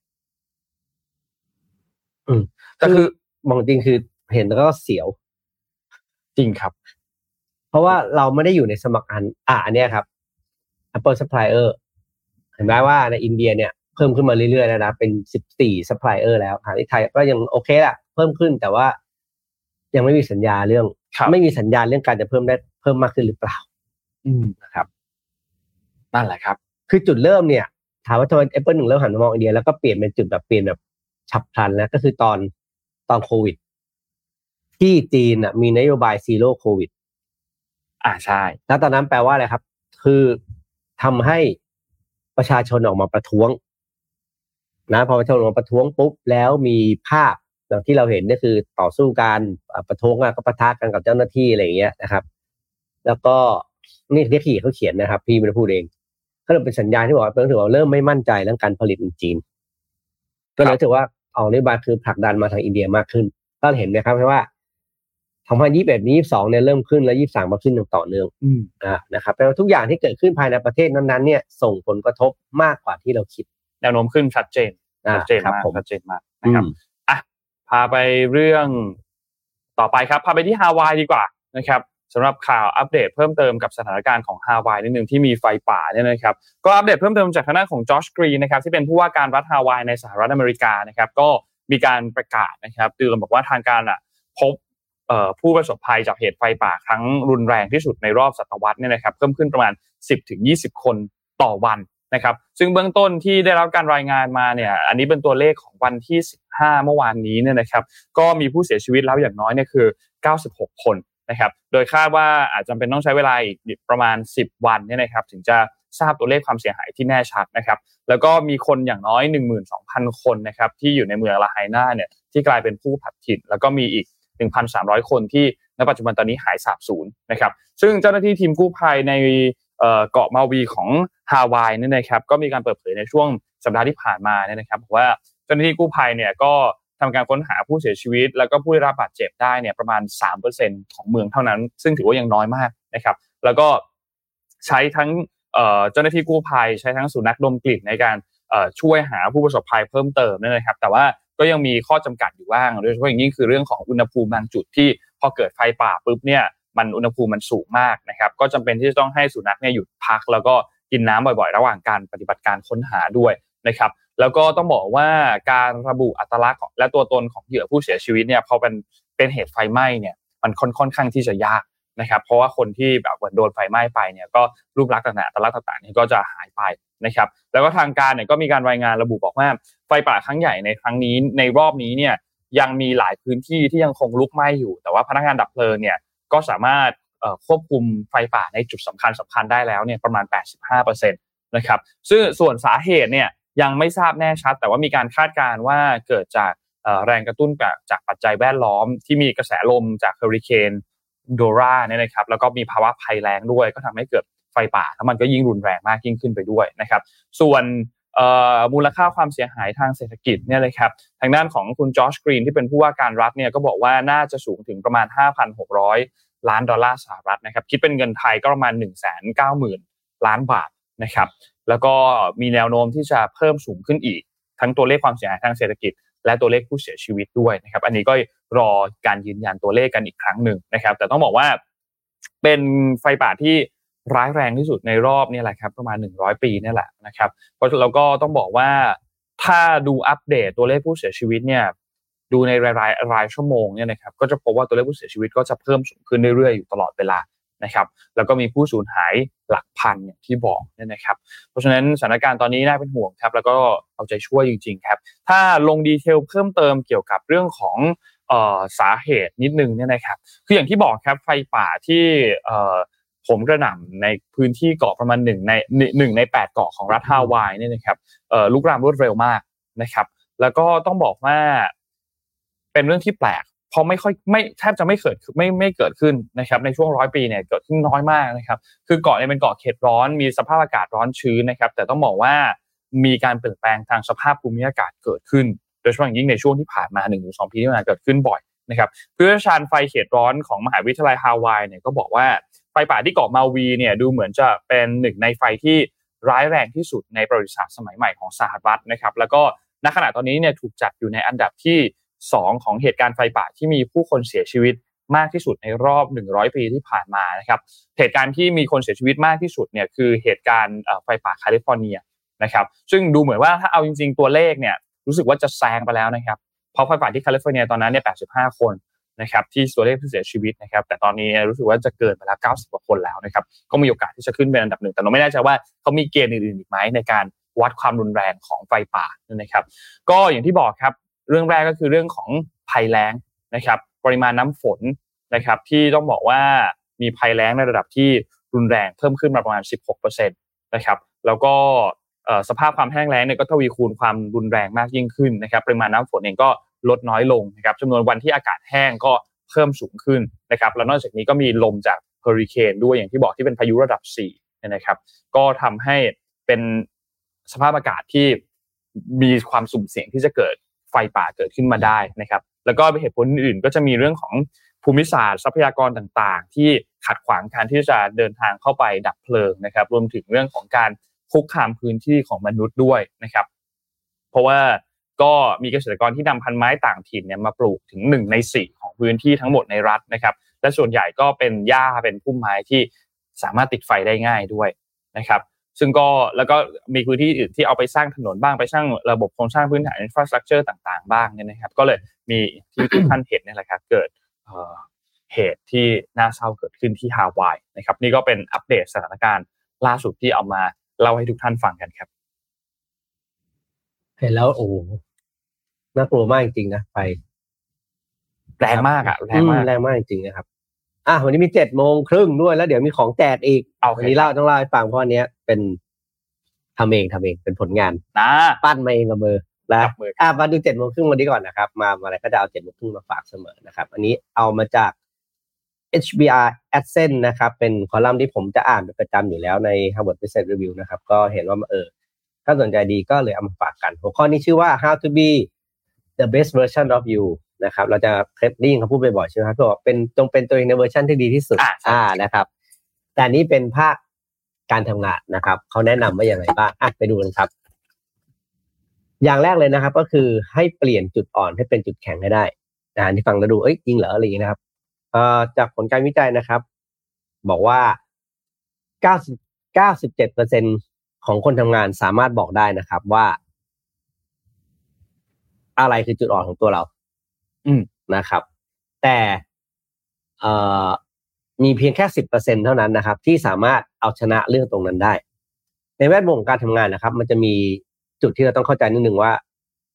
แต่คือมองจริงคือเห็นแล้วก็เสียวจริงครับเพราะว่าเราไม่ได้อยู่ในสมัครอันเนี้ยครับ Apple Supplier เห็นไหมว่าในอินเดียเนี่ยเพิ่มขึ้นมาเรื่อยๆแล้วนะเป็น14 Supplier แล้วที่ไทยก็ยังโอเคละเพิ่มขึ้นแต่ว่ายังไม่มีสัญญาเรื่องการจะเพิ่มมากขึ้นหรือเปล่านะครับนั่นแหละครับคือจุดเริ่มเนี่ยถามว่าทำไม Apple ถึงเริ่มหันมามองอินเดียแล้วก็เปลี่ยนเป็นจุดแบบเปลี่ยนแบบฉับพลันแล้วก็คือตอนโควิดที่จีนมีนโยบายซีโร่โควิดใช่แล้วตอนนั้นแปลว่าอะไรครับคือทำให้ประชาชนออกมาประท้วงนะพอประชาชนออกมาประท้วงปุ๊บแล้วมีภาพอย่างที่เราเห็นก็คือต่อสู้การประท้วงก็ปะทะกันกับเจ้าหน้าที่อะไรอย่างเงี้ยนะครับแล้วก็นี่ที่เขาเขียนนะครับพี่ไม่ได้พูดเองก็เลยเป็นสัญญาณที่บอกว่าเริ่มไม่มั่นใจเรื่องการผลิตในจีนก็เลยถือว่าออกนโยบายคือผลักดันมาทางอินเดียมากขึ้นก็เห็นไหมครับว่า2021 22เนี่ยเริ่มขึ้นแล้ว23มาขึ้นอย่างต่อเนื่องนะครับแปลว่าทุกอย่างที่เกิดขึ้นภายในประเทศนั้นๆเนี่ยส่งผลกระทบมากกว่าที่เราคิดแนวโน้มขึ้นชัดเจนมากนะครับพาไปเรื่องต่อไปครับพาไปที่ฮาวายดีกว่านะครับสำหรับข่าวอัปเดตเพิ่มเติมกับสถานการณ์ของฮาวายนิดนึงที่มีไฟป่าเนี่ยนะครับก็อัปเดตเพิ่มเติมจากทางด้านของจอชกรีนนะครับที่เป็นผู้ว่าการรัฐฮาวายในสหรัฐอเมริกานะครับก็มีการประกาศนะครับเตือนบอกว่าทางการพบผู้ประสบภัยจากเหตุไฟป่าครั้งรุนแรงที่สุดในรอบศตวรรษเนี่ยนะครับเพิ่มขึ้นประมาณ 10-20 คนต่อวันนะครับซึ่งเบื้องต้นที่ได้รับการรายงานมาเนี่ยอันนี้เป็นตัวเลขของวันที่15เมื่อวานนี้เนี่ยนะครับก็มีผู้เสียชีวิตแล้วอย่างน้อยเนี่ยคือ96คนนะครับโดยคาดว่าอาจจะเป็นต้องใช้เวลาอีกประมาณ10วันเนี่ยนะครับถึงจะทราบตัวเลขความเสียหายที่แน่ชัดนะครับแล้วก็มีคนอย่างน้อย 12,000 คนนะครับที่อยู่ในเมืองลาไฮน่าเนี่ยที่กลายเป็นผู้ผลัดถิ่นแล้วก็มีอีก 1,300 คนที่ณปัจจุบันตอนนี้หายสาบสูญนะครับซึ่งเจ้าหน้าที่ทีมกู้ภัยในเกาะมาวีของฮาวายเนี่ยนะครับก็มีการเปิดเผยในช่วงสัปดาห์ที่ผ่านมาเนี่ยนะครับบอกว่าเจ้าหน้าที่กู้ภัยเนี่ยก็ทำการค้นหาผู้เสียชีวิตแล้วก็ผู้ได้รับบาดเจ็บได้เนี่ยประมาณ 3% ของเมืองเท่านั้นซึ่งถือว่ายังน้อยมากนะครับแล้วก็ใช้ทั้งเจ้าหน้าที่กู้ภัยใช้ทั้งสุนัขดมกลิ่นในการช่วยหาผู้ประสบภัยเพิ่มเติมเนี่ยนะครับแต่ว่าก็ยังมีข้อจำกัดอยู่บ้างโดยเฉพาะอย่างยิ่งคือเรื่องของอุณหภูมิบางจุดที่พอเกิดไฟป่าปุ๊บเนี่ยมันอุณหภูมิมันสูงมากนะครับก็จำเป็นที่จะต้องให้สุนัขเนี่ยหยุดพักแล้วก็กินน้ำบ่อยๆระหว่างการปฏิบัติการค้นหาด้วยนะครับแล้วก็ต้องบอกว่าการระบุอัตลักษณ์และตัวตนของเหยื่อผู้เสียชีวิตเนี่ยพอเป็นเหตุไฟไหม้เนี่ยมันค่อนข้างที่จะยากนะครับเพราะว่าคนที่แบบโดนไฟไหม้ไปเนี่ยก็รูปลักษณ์ต่างๆเนี่ยก็จะหายไปนะครับแล้วก็ทางการเนี่ยก็มีการรายงานระบุบอกว่าไฟป่าครั้งใหญ่ในครั้งนี้ในรอบนี้เนี่ยยังมีหลายพื้นที่ที่ยังคงลุกไหม้อยู่แต่ว่าพนักงานดับเพลิงเนี่ยก็สามารถควบคุมไฟป่าในจุดสำคัญได้แล้วเนี่ยประมาณ 85% นะครับซึ่งส่วนสาเหตุเนี่ยยังไม่ทราบแน่ชัดแต่ว่ามีการคาดการณ์ว่าเกิดจากแรงกระตุ้นจากปัจจัยแวดล้อมที่มีกระแสลมจากเฮอริเคนโดราเนี่ยนะครับแล้วก็มีภาวะภัยแล้งด้วยก็ทำให้เกิดไฟป่าแล้วมันก็ยิ่งรุนแรงมากยิ่งขึ้นไปด้วยนะครับส่วนมูลค่าความเสียหายทางเศรษฐกิจเนี่ยเลยครับทางด้านของคุณจอร์จกรีนที่เป็นผู้ว่าการรัฐเนี่ยก็บอกว่าน่าจะสูงถึงประมาณ 5,600 ล้านดอลลาร์สหรัฐนะครับคิดเป็นเงินไทยก็ประมาณ 190,000 ล้านบาทนะครับแล้วก็มีแนวโน้มที่จะเพิ่มสูงขึ้นอีกทั้งตัวเลขความเสียหายทางเศรษฐกิจและตัวเลขผู้เสียชีวิตด้วยนะครับอันนี้ก็รอการยืนยันตัวเลขกันอีกครั้งหนึ่งนะครับแต่ต้องบอกว่าเป็นไฟป่าที่ร้ายแรงที่สุดในรอบนี่แหละครับประมาณ100 ปีนี่แหละนะครับเพราะเราก็ต้องบอกว่าถ้าดูอัปเดตตัวเลขผู้เสียชีวิตเนี่ยดูในรายชั่วโมงเนี่ยนะครับก็จะพบว่าตัวเลขผู้เสียชีวิตก็จะเพิ่มสูงขึ้นเรื่อยๆอยู่ตลอดเวลานะครับแล้วก็มีผู้สูญหายหลักพันอย่างที่บอกเนี่ยนะครับเพราะฉะนั้นสถานการณ์ตอนนี้น่าเป็นห่วงครับแล้วก็เอาใจช่วยจริงๆครับถ้าลงดีเทลเพิ่มเติมเกี่ยวกับเรื่องของสาเหตุนิดนึงเนี่ยนะครับคืออย่างที่บอกครับไฟป่าที่ผมกระหน่ำในพื้นที่เกาะประมาณ1 ใน 8 เกาะของรัฐฮาวายเนี่ยนะครับลุกลามรวดเร็วมากนะครับแล้วก็ต้องบอกว่าเป็นเรื่องที่แปลกเพราะแทบจะไม่เกิดขึ้นนะครับในช่วง100 ปีเนี่ยเกิดขึ้นน้อยมากนะครับคือเกาะเนี่ยเป็นเกาะเขตร้อนมีสภาพอากาศร้อนชื้นนะครับแต่ต้องบอกว่ามีการเปลี่ยนแปลงทางสภาพภูมิอากาศเกิดขึ้นโดยเฉพาะอย่างยิ่งในช่วงที่ผ่านมา 1-2 ปีที่ผ่านมาเกิดขึ้นบ่อยนะครับผู้เชี่ยวชาญไฟเขตร้อนของมหาวิทยาลัยฮาวายเนี่ยก็บอกว่าไฟป่าที่เกาะมาวีเนี่ยดูเหมือนจะเป็นหนึ่งในไฟที่ร้ายแรงที่สุดในประวัติศาสตร์สมัยใหม่ของสหรัฐนะครับแล้วก็ณขณะตอนนี้เนี่ยถูกจัดอยู่ในอันดับที่2ของเหตุการณ์ไฟป่าที่มีผู้คนเสียชีวิตมากที่สุดในรอบ100 ปีที่ผ่านมานะครับเหตุการณ์ที่มีคนเสียชีวิตมากที่สุดเนี่ยคือเหตุการณ์ไฟป่าแคลิฟอร์เนียนะครับซึ่งดูเหมือนว่าถ้าเอาจริงๆตัวเลขเนี่ยรู้สึกว่าจะแซงไปแล้วนะครับเพราะไฟป่าที่แคลิฟอร์เนียตอนนั้นเนี่ย85 คนนะครับที่ตัวเลขผู้เสียชีวิตนะครับแต่ตอนนี้รู้สึกว่าจะเกินไปแล้ว90 กว่าคนแล้วนะครับก็มีโอกาสที่จะขึ้นเป็นอันดับ1แต่เราไม่แน่ใจว่าเขามีเกณฑ์อื่นๆอีกไหมในการวัดความรุนแรงของไฟป่านะครับก็อย่างที่บอกครับเรื่องแรกก็คือเรื่องของภัยแล้งนะครับปริมาณน้ำฝนนะครับที่ต้องบอกว่ามีภัยแล้งในระดับที่รุนแรงเพิ่มขึ้นมาประมาณ 16% นะครับแล้วก็สภาพความแห้งแล้งเนี่ยก็ทวีคูณความรุนแรงมากยิ่งขึ้นนะครับปริมาณน้ำฝนเองก็ลดน้อยลงนะครับจำนวนวันที่อากาศแห้งก็เพิ่มสูงขึ้นนะครับแล้วนอกจากนี้ก็มีลมจากเฮอริเคนด้วยอย่างที่บอกที่เป็นพายุระดับ4นะครับก็ทำให้เป็นสภาพอากาศที่มีความสุ่มเสี่ยงที่จะเกิดไฟป่าเกิดขึ้นมาได้นะครับแล้วก็เหตุผลอื่นก็จะมีเรื่องของภูมิศาสตร์ทรัพยากรต่างๆที่ขัดขวางการที่จะเดินทางเข้าไปดับเพลิงนะครับรวมถึงเรื่องของการคุกคามพื้นที่ของมนุษย์ด้วยนะครับเพราะว่าก็มีเกษตรกรที่นำพันธุ์ไม้ต่างถิ่นเนี่ยมาปลูกถึง1 ใน 4ของพื้นที่ทั้งหมดในรัฐนะครับและส่วนใหญ่ก็เป็นหญ้าเป็นพุ่มไม้ที่สามารถติดไฟได้ง่ายด้วยนะครับซึ่งก็แล้วก็มีพื้นที่อื่นที่เอาไปสร้างถนนบ้างไปสร้างระบบโครงสร้างพื้นฐาน infrastructure ต่างๆบ้างเนี่ยนะครับก็เลยมีที่ทุกท่านเห็นนี่แหละครับเกิดเหตุที่น่าเศร้าเกิดขึ้นที่ฮาวายนะครับนี่ก็เป็นอัปเดตสถานการณ์ล่าสุดที่เอามาเล่าให้ทุกท่านฟังกันครับเห็นแล้วโอ้น่ากลัวมากจริงๆนะไฟแรงมากอ่ะแรงมากจริงๆนะครับวันนี้มี 7:30 นด้วยแล้วเดี๋ยวมีของแจกอีกวันนี้ต้องเล่าให้ฟังเพราะอันเนี้ยเป็นทำเองเป็นผลงานปั้นมาเองกับมือนะมาดู 7:30 นวันนี้ก่อนนะครับมาอะไรก็จะเอา 7:30 นมาฝากเสมอนะครับอันนี้เอามาจาก HBR Adsense นะครับเป็นคอลัมน์ที่ผมจะอ่านเป็นประจำอยู่แล้วใน Harvard Business Review นะครับก็เห็นว่าถ้าสนใจดีก็เลยเอามาฝากกันหัวข้อนี้ชื่อว่า How to be the best version of you นะครับเราจะเคยได้ยินเขาพูดบ่อยๆใช่ไหมครับว่าจงเป็นตัวเองในเวอร์ชันที่ดีที่สุดนะครับแต่นี้เป็นภาคการทำงานนะครับเขาแนะนำว่าอย่างไรบ้างไปดูกันครับอย่างแรกเลยนะครับก็คือให้เปลี่ยนจุดอ่อนให้เป็นจุดแข็งให้ได้ที่ฟังแล้วดูจริงเหรออะไรอย่างนี้นะครับจากผลการวิจัยนะครับบอกว่า 97% ของคนทำงานสามารถบอกได้นะครับว่าอะไรคือจุดอ่อนของตัวเรานะครับแต่มีเพียงแค่ 10% เท่านั้นนะครับที่สามารถเอาชนะเรื่องตรงนั้นได้ในแวดวงการทำงานนะครับมันจะมีจุดที่เราต้องเข้าใจนิดนึงว่า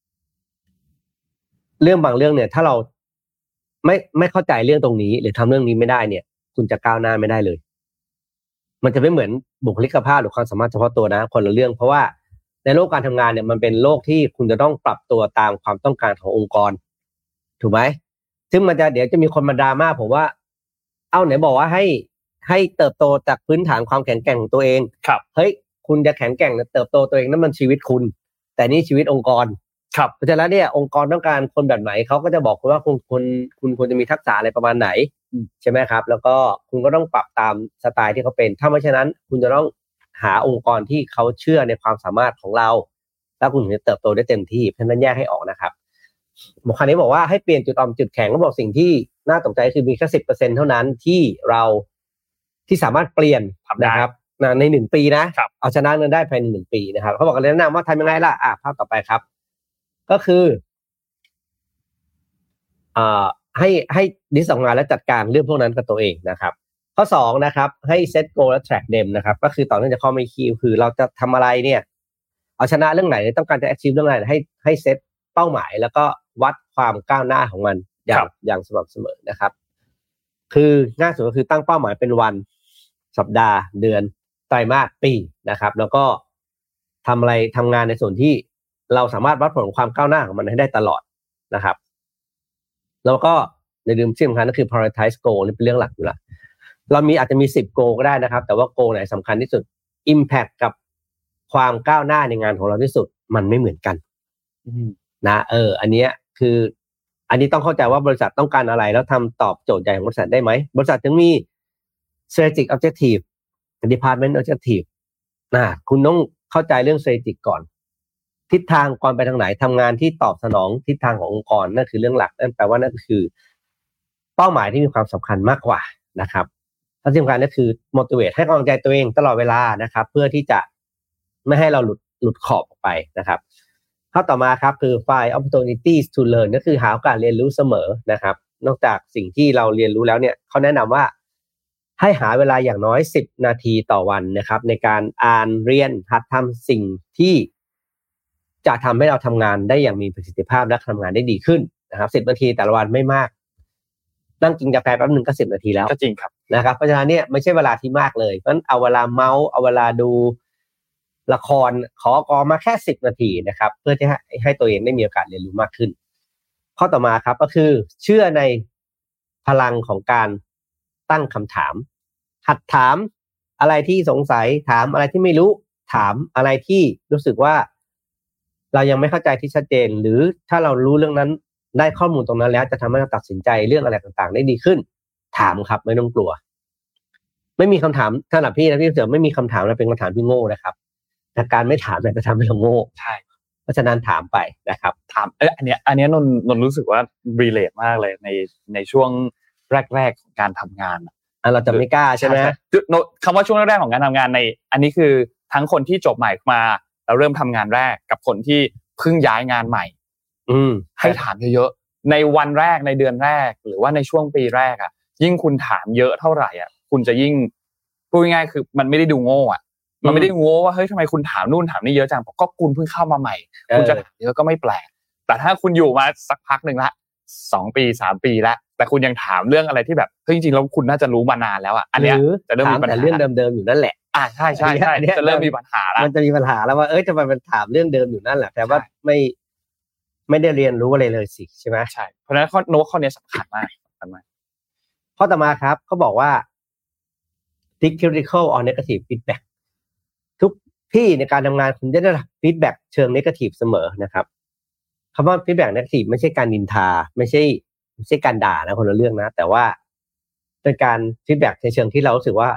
เรื่องบางเรื่องเนี่ยถ้าเราไม่เข้าใจเรื่องตรงนี้หรือทำเรื่องนี้ไม่ได้เนี่ยคุณจะก้าวหน้าไม่ได้เลยมันจะไม่เหมือนบุคลิกภาพหรือความสามารถเฉพาะตัวนะคนละเรื่องเพราะว่าในโลกการทำงานเนี่ยมันเป็นโลกที่คุณจะต้องปรับตัวตามความต้องการขององค์กรถูกไหมซึ่งมันจะเดี๋ยวจะมีคนมาดราม่าผมว่าไหนบอกว่าให้เติบโตจากพื้นฐานความแข็งแกร่งของตัวเองครับเฮ้ยคุณจะแข็งแกร่งเติบโตตัวเองนั่นมันชีวิตคุณแต่นี่ชีวิตองค์กรครับเพราะฉะนั้นเนี่ยองค์กรต้องการคนแบบไหนเขาก็จะบอกคุณว่าคุณควรจะมีทักษะอะไรประมาณไหนใช่ไหมครับแล้วก็คุณก็ต้องปรับตามสไตล์ที่เขาเป็นถ้าไม่เช่นนั้นคุณจะต้องหาองค์กรที่เขาเชื่อในความสามารถของเราแล้วคุณถึงจะเติบโตได้เต็มที่เพราะฉะนั้นแยกให้ออกนะครับบุคคลนี้บอกว่าให้เปลี่ยนจุดอ่อนจุดแข็งก็บอกสิ่งที่น่าตกใจคือมีแค่ 10% เท่านั้นที่เราที่สามารถเปลี่ยนนะครับใน1ปีนะเอาชนะเงินได้ภายใน1ปีนะครับเขาบอกกันแนะนำว่าทำยังไงล่ะภาพต่อไปครับก็คือให้ดิสออกงานและจัดการเรื่องพวกนั้นกับตัวเองนะครับข้อ2นะครับให้เซตโกลและ track them นะครับก็คือต่อเนื่องจากข้อไม่คีคือเราจะทำอะไรเนี่ยเอาชนะเรื่องไหนต้องการจะ achieve เรื่องไหนให้เซตเป้าหมายแล้วก็วัดความก้าวหน้าของมันอย่างสม่ำเสมอนะครับคือง่ายสุดก็คือตั้งเป้าหมายเป็นวันสัปดาห์เดือนไตรมาสปีนะครับแล้วก็ทำงานในส่วนที่เราสามารถวัดผลความก้าวหน้าของมันให้ได้ตลอดนะครับแล้วก็ในเรื่องที่สำคัญก็คือ prioritize goal นี่เป็นเรื่องหลักอยู่ละเราอาจจะมี10 goal ก็ได้นะครับแต่ว่า goal ไหนสำคัญที่สุด impact กับความก้าวหน้าในงานของเราที่สุดมันไม่เหมือนกันนะอันนี้ต้องเข้าใจว่าบริษัทต้องการอะไรแล้วทำตอบโจทย์ใหญ่ของบริษัทได้ไหมบริษัทถึงมี strategic objective department objective คุณต้องเข้าใจเรื่อง strategic ก่อนทิศทางก่อนไปทางไหนทำงานที่ตอบสนองทิศทางขององค์กรนั่นคือเรื่องหลักนั่นแปลว่านั่นคือเป้าหมายที่มีความสำคัญมากกว่านะครับที่สำคัญก็คือ motivate ให้กำลังใจตัวเองตลอดเวลานะครับเพื่อที่จะไม่ให้เราหลุดขอบออกไปนะครับข้อต่อมาครับคือ find opportunities to learn ก็คือหาโอกาสเรียนรู้เสมอนะครับนอกจากสิ่งที่เราเรียนรู้แล้วเนี่ยเขาแนะนำว่าให้หาเวลาอย่างน้อย10นาทีต่อวันนะครับในการอ่านเรียนหัดทำสิ่งที่จะทำให้เราทำงานได้อย่างมีประสิทธิภาพและทำงานได้ดีขึ้นนะครับ10นาทีแต่ละวันไม่มากนั่งกินกาแฟแป๊บนึงก็10นาทีแล้วก็จริงครับนะครับเพราะฉะนั้นเนี่ยไม่ใช่เวลาที่มากเลยเพราะฉะนั้นเอาเวลาเมาส์เอาเวลาดูละครขอกอมาแค่10นาทีนะครับเพื่อที่ให้ตัวเองได้มีโอกาสเรียนรู้มากขึ้นข้อต่อมาครับก็คือเชื่อในพลังของการตั้งคำถามหัดถามอะไรที่สงสัยถามอะไรที่ไม่รู้ถามอะไรที่รู้สึกว่าเรายังไม่เข้าใจที่ชัดเจนหรือถ้าเรารู้เรื่องนั้นได้ข้อมูลตรงนั้นแล้วจะทำให้เราตัดสินใจเรื่องอะไรต่างๆได้ดีขึ้นถามครับไม่ต้องกลัวไม่มีคำถามสำหรับพี่นะพี่เสือไม่มีคำถามนะเป็นคำถามที่โง่นะครับแต่การไม่ถามเนี่ยจะทำให้เราโง่ใช่เพราะฉะนั้นถามไปนะครับถามอันเนี้ยนนรู้สึกว่ารีเลทมากเลยในช่วงแรกๆของการทำงานเราจะไม่กล้าใช่ไหมคำว่าช่วงแรกๆของการทำงานในอันนี้คือทั้งคนที่จบใหม่มาแล้วเริ่มทำงานแรกกับคนที่เพิ่งย้ายงานใหม่ให้ถามเยอะๆในวันแรกในเดือนแรกหรือว่าในช่วงปีแรกยิ่งคุณถามเยอะเท่าไหร่คุณจะยิ่งพูดง่ายๆคือมันไม่ได้ดูโง่มันไม่ได้โง่ว่าเฮ้ยทำไมคุณถามนู่นถามนี่เยอะจังก็คุณเพิ่งเข้ามาใหม่คุณจะถามเยอะก็ไม่แปลกแต่ถ้าคุณอยู่มาสักพักนึงละ2ปี3ปีแล้วแต่คุณยังถามเรื่องอะไรที่แบบเฮ้ยจริงๆแล้วคุณน่าจะรู้มานานแล้วอันเนี้ยจะเริ่มมีปัญหาแต่เรื่องเดิมๆอยู่นั่นแหละใช่จะเริ่มมีปัญหาแล้วมันจะมีปัญหาแล้วว่าทำไมมันถามเรื่องเดิมอยู่นั่นแหละแต่ว่าไม่ได้เรียนรู้อะไรเลยสิใช่ไหมใช่เพราะฉะนั้นข้อนี้สำคัญมากข้อต่อมาครับเขาบอกว่า think critical or negative feedback ทุกที่ในการทำงานคุณจะได้รับ feedback เชิง negative เสมอนะครับคำว่า feedback negative ไม่ใช่การนินทาไม่ใช่การด่านะคนละเรื่องนะแต่ว่าเป็นการ feedback ในเชิงที่เรารู้สึกว่า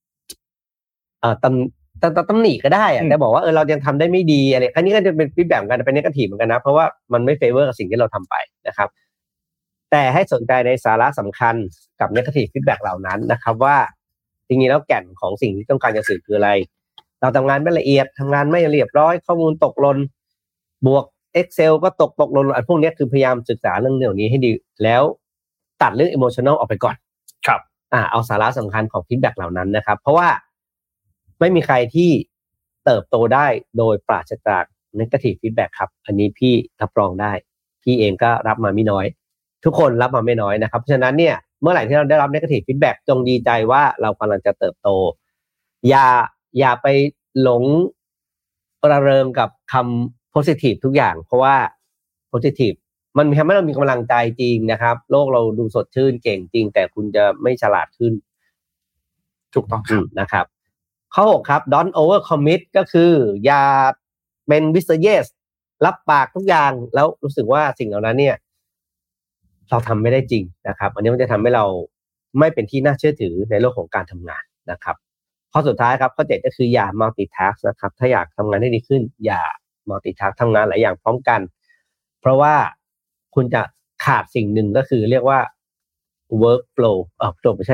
ตำหนิก็ได้แต่บอกว่าเรายังทำได้ไม่ดีอะไรอันนี้ก็จะเป็นฟีดแบ็กกันเป็นเนกาทีฟเหมือนกันนะเพราะว่ามันไม่เฟเวอร์กับสิ่งที่เราทำไปนะครับแต่ให้สนใจในสาระสำคัญกับเนกาทีฟฟีดแบ็กเหล่านั้นนะครับว่าจริงๆแล้วแก่นของสิ่งที่ต้องการจะสื่อคืออะไรเราทำงานไม่ละเอียดทำงานไม่เรียบร้อยข้อมูลตกหล่นบวก Excel ก็ตกหล่นพวกนี้คือพยายามศึกษาเรื่องเหล่านี้ให้ดีแล้วตัดเรื่อง emotional ออกไปก่อนเอาสาระสำคัญของฟีดแบ็กเหล่านั้นนะครับเพราะว่าไม่มีใครที่เติบโตได้โดยปราศจาก negative feedback ครับอันนี้พี่รับรองได้พี่เองก็รับมาไม่น้อยทุกคนรับมาไม่น้อยนะครับเพราะฉะนั้นเนี่ยเมื่อไหร่ที่เราได้รับ negative feedback จงดีใจว่าเรากำลังจะเติบโตอย่าไปหลงระเริงกับคำ positive ทุกอย่างเพราะว่า positive มันทำให้เรามีกำลังใจจริงนะครับโลกเราดูสดชื่นเก่งจริงแต่คุณจะไม่ฉลาดขึ้นถูกต้องครับนะครับข้อ6ครับ don't over commit ก็คืออย่าเป็น Mr. Yes รับปากทุกอย่างแล้วรู้สึกว่าสิ่งเหล่านั้นเนี่ยเราทำไม่ได้จริงนะครับอันนี้มันจะทำให้เราไม่เป็นที่น่าเชื่อถือในโลกของการทำงานนะครับข้อสุดท้ายครับข้อ7ก็คืออย่า multitask นะครับถ้าอยากทำงานให้ดีขึ้นอย่า multitask ทำงานหลายอย่างพร้อมกันเพราะว่าคุณจะขาดสิ่งหนึ่งก็คือเรียกว่า work flow flow ไม่ใช่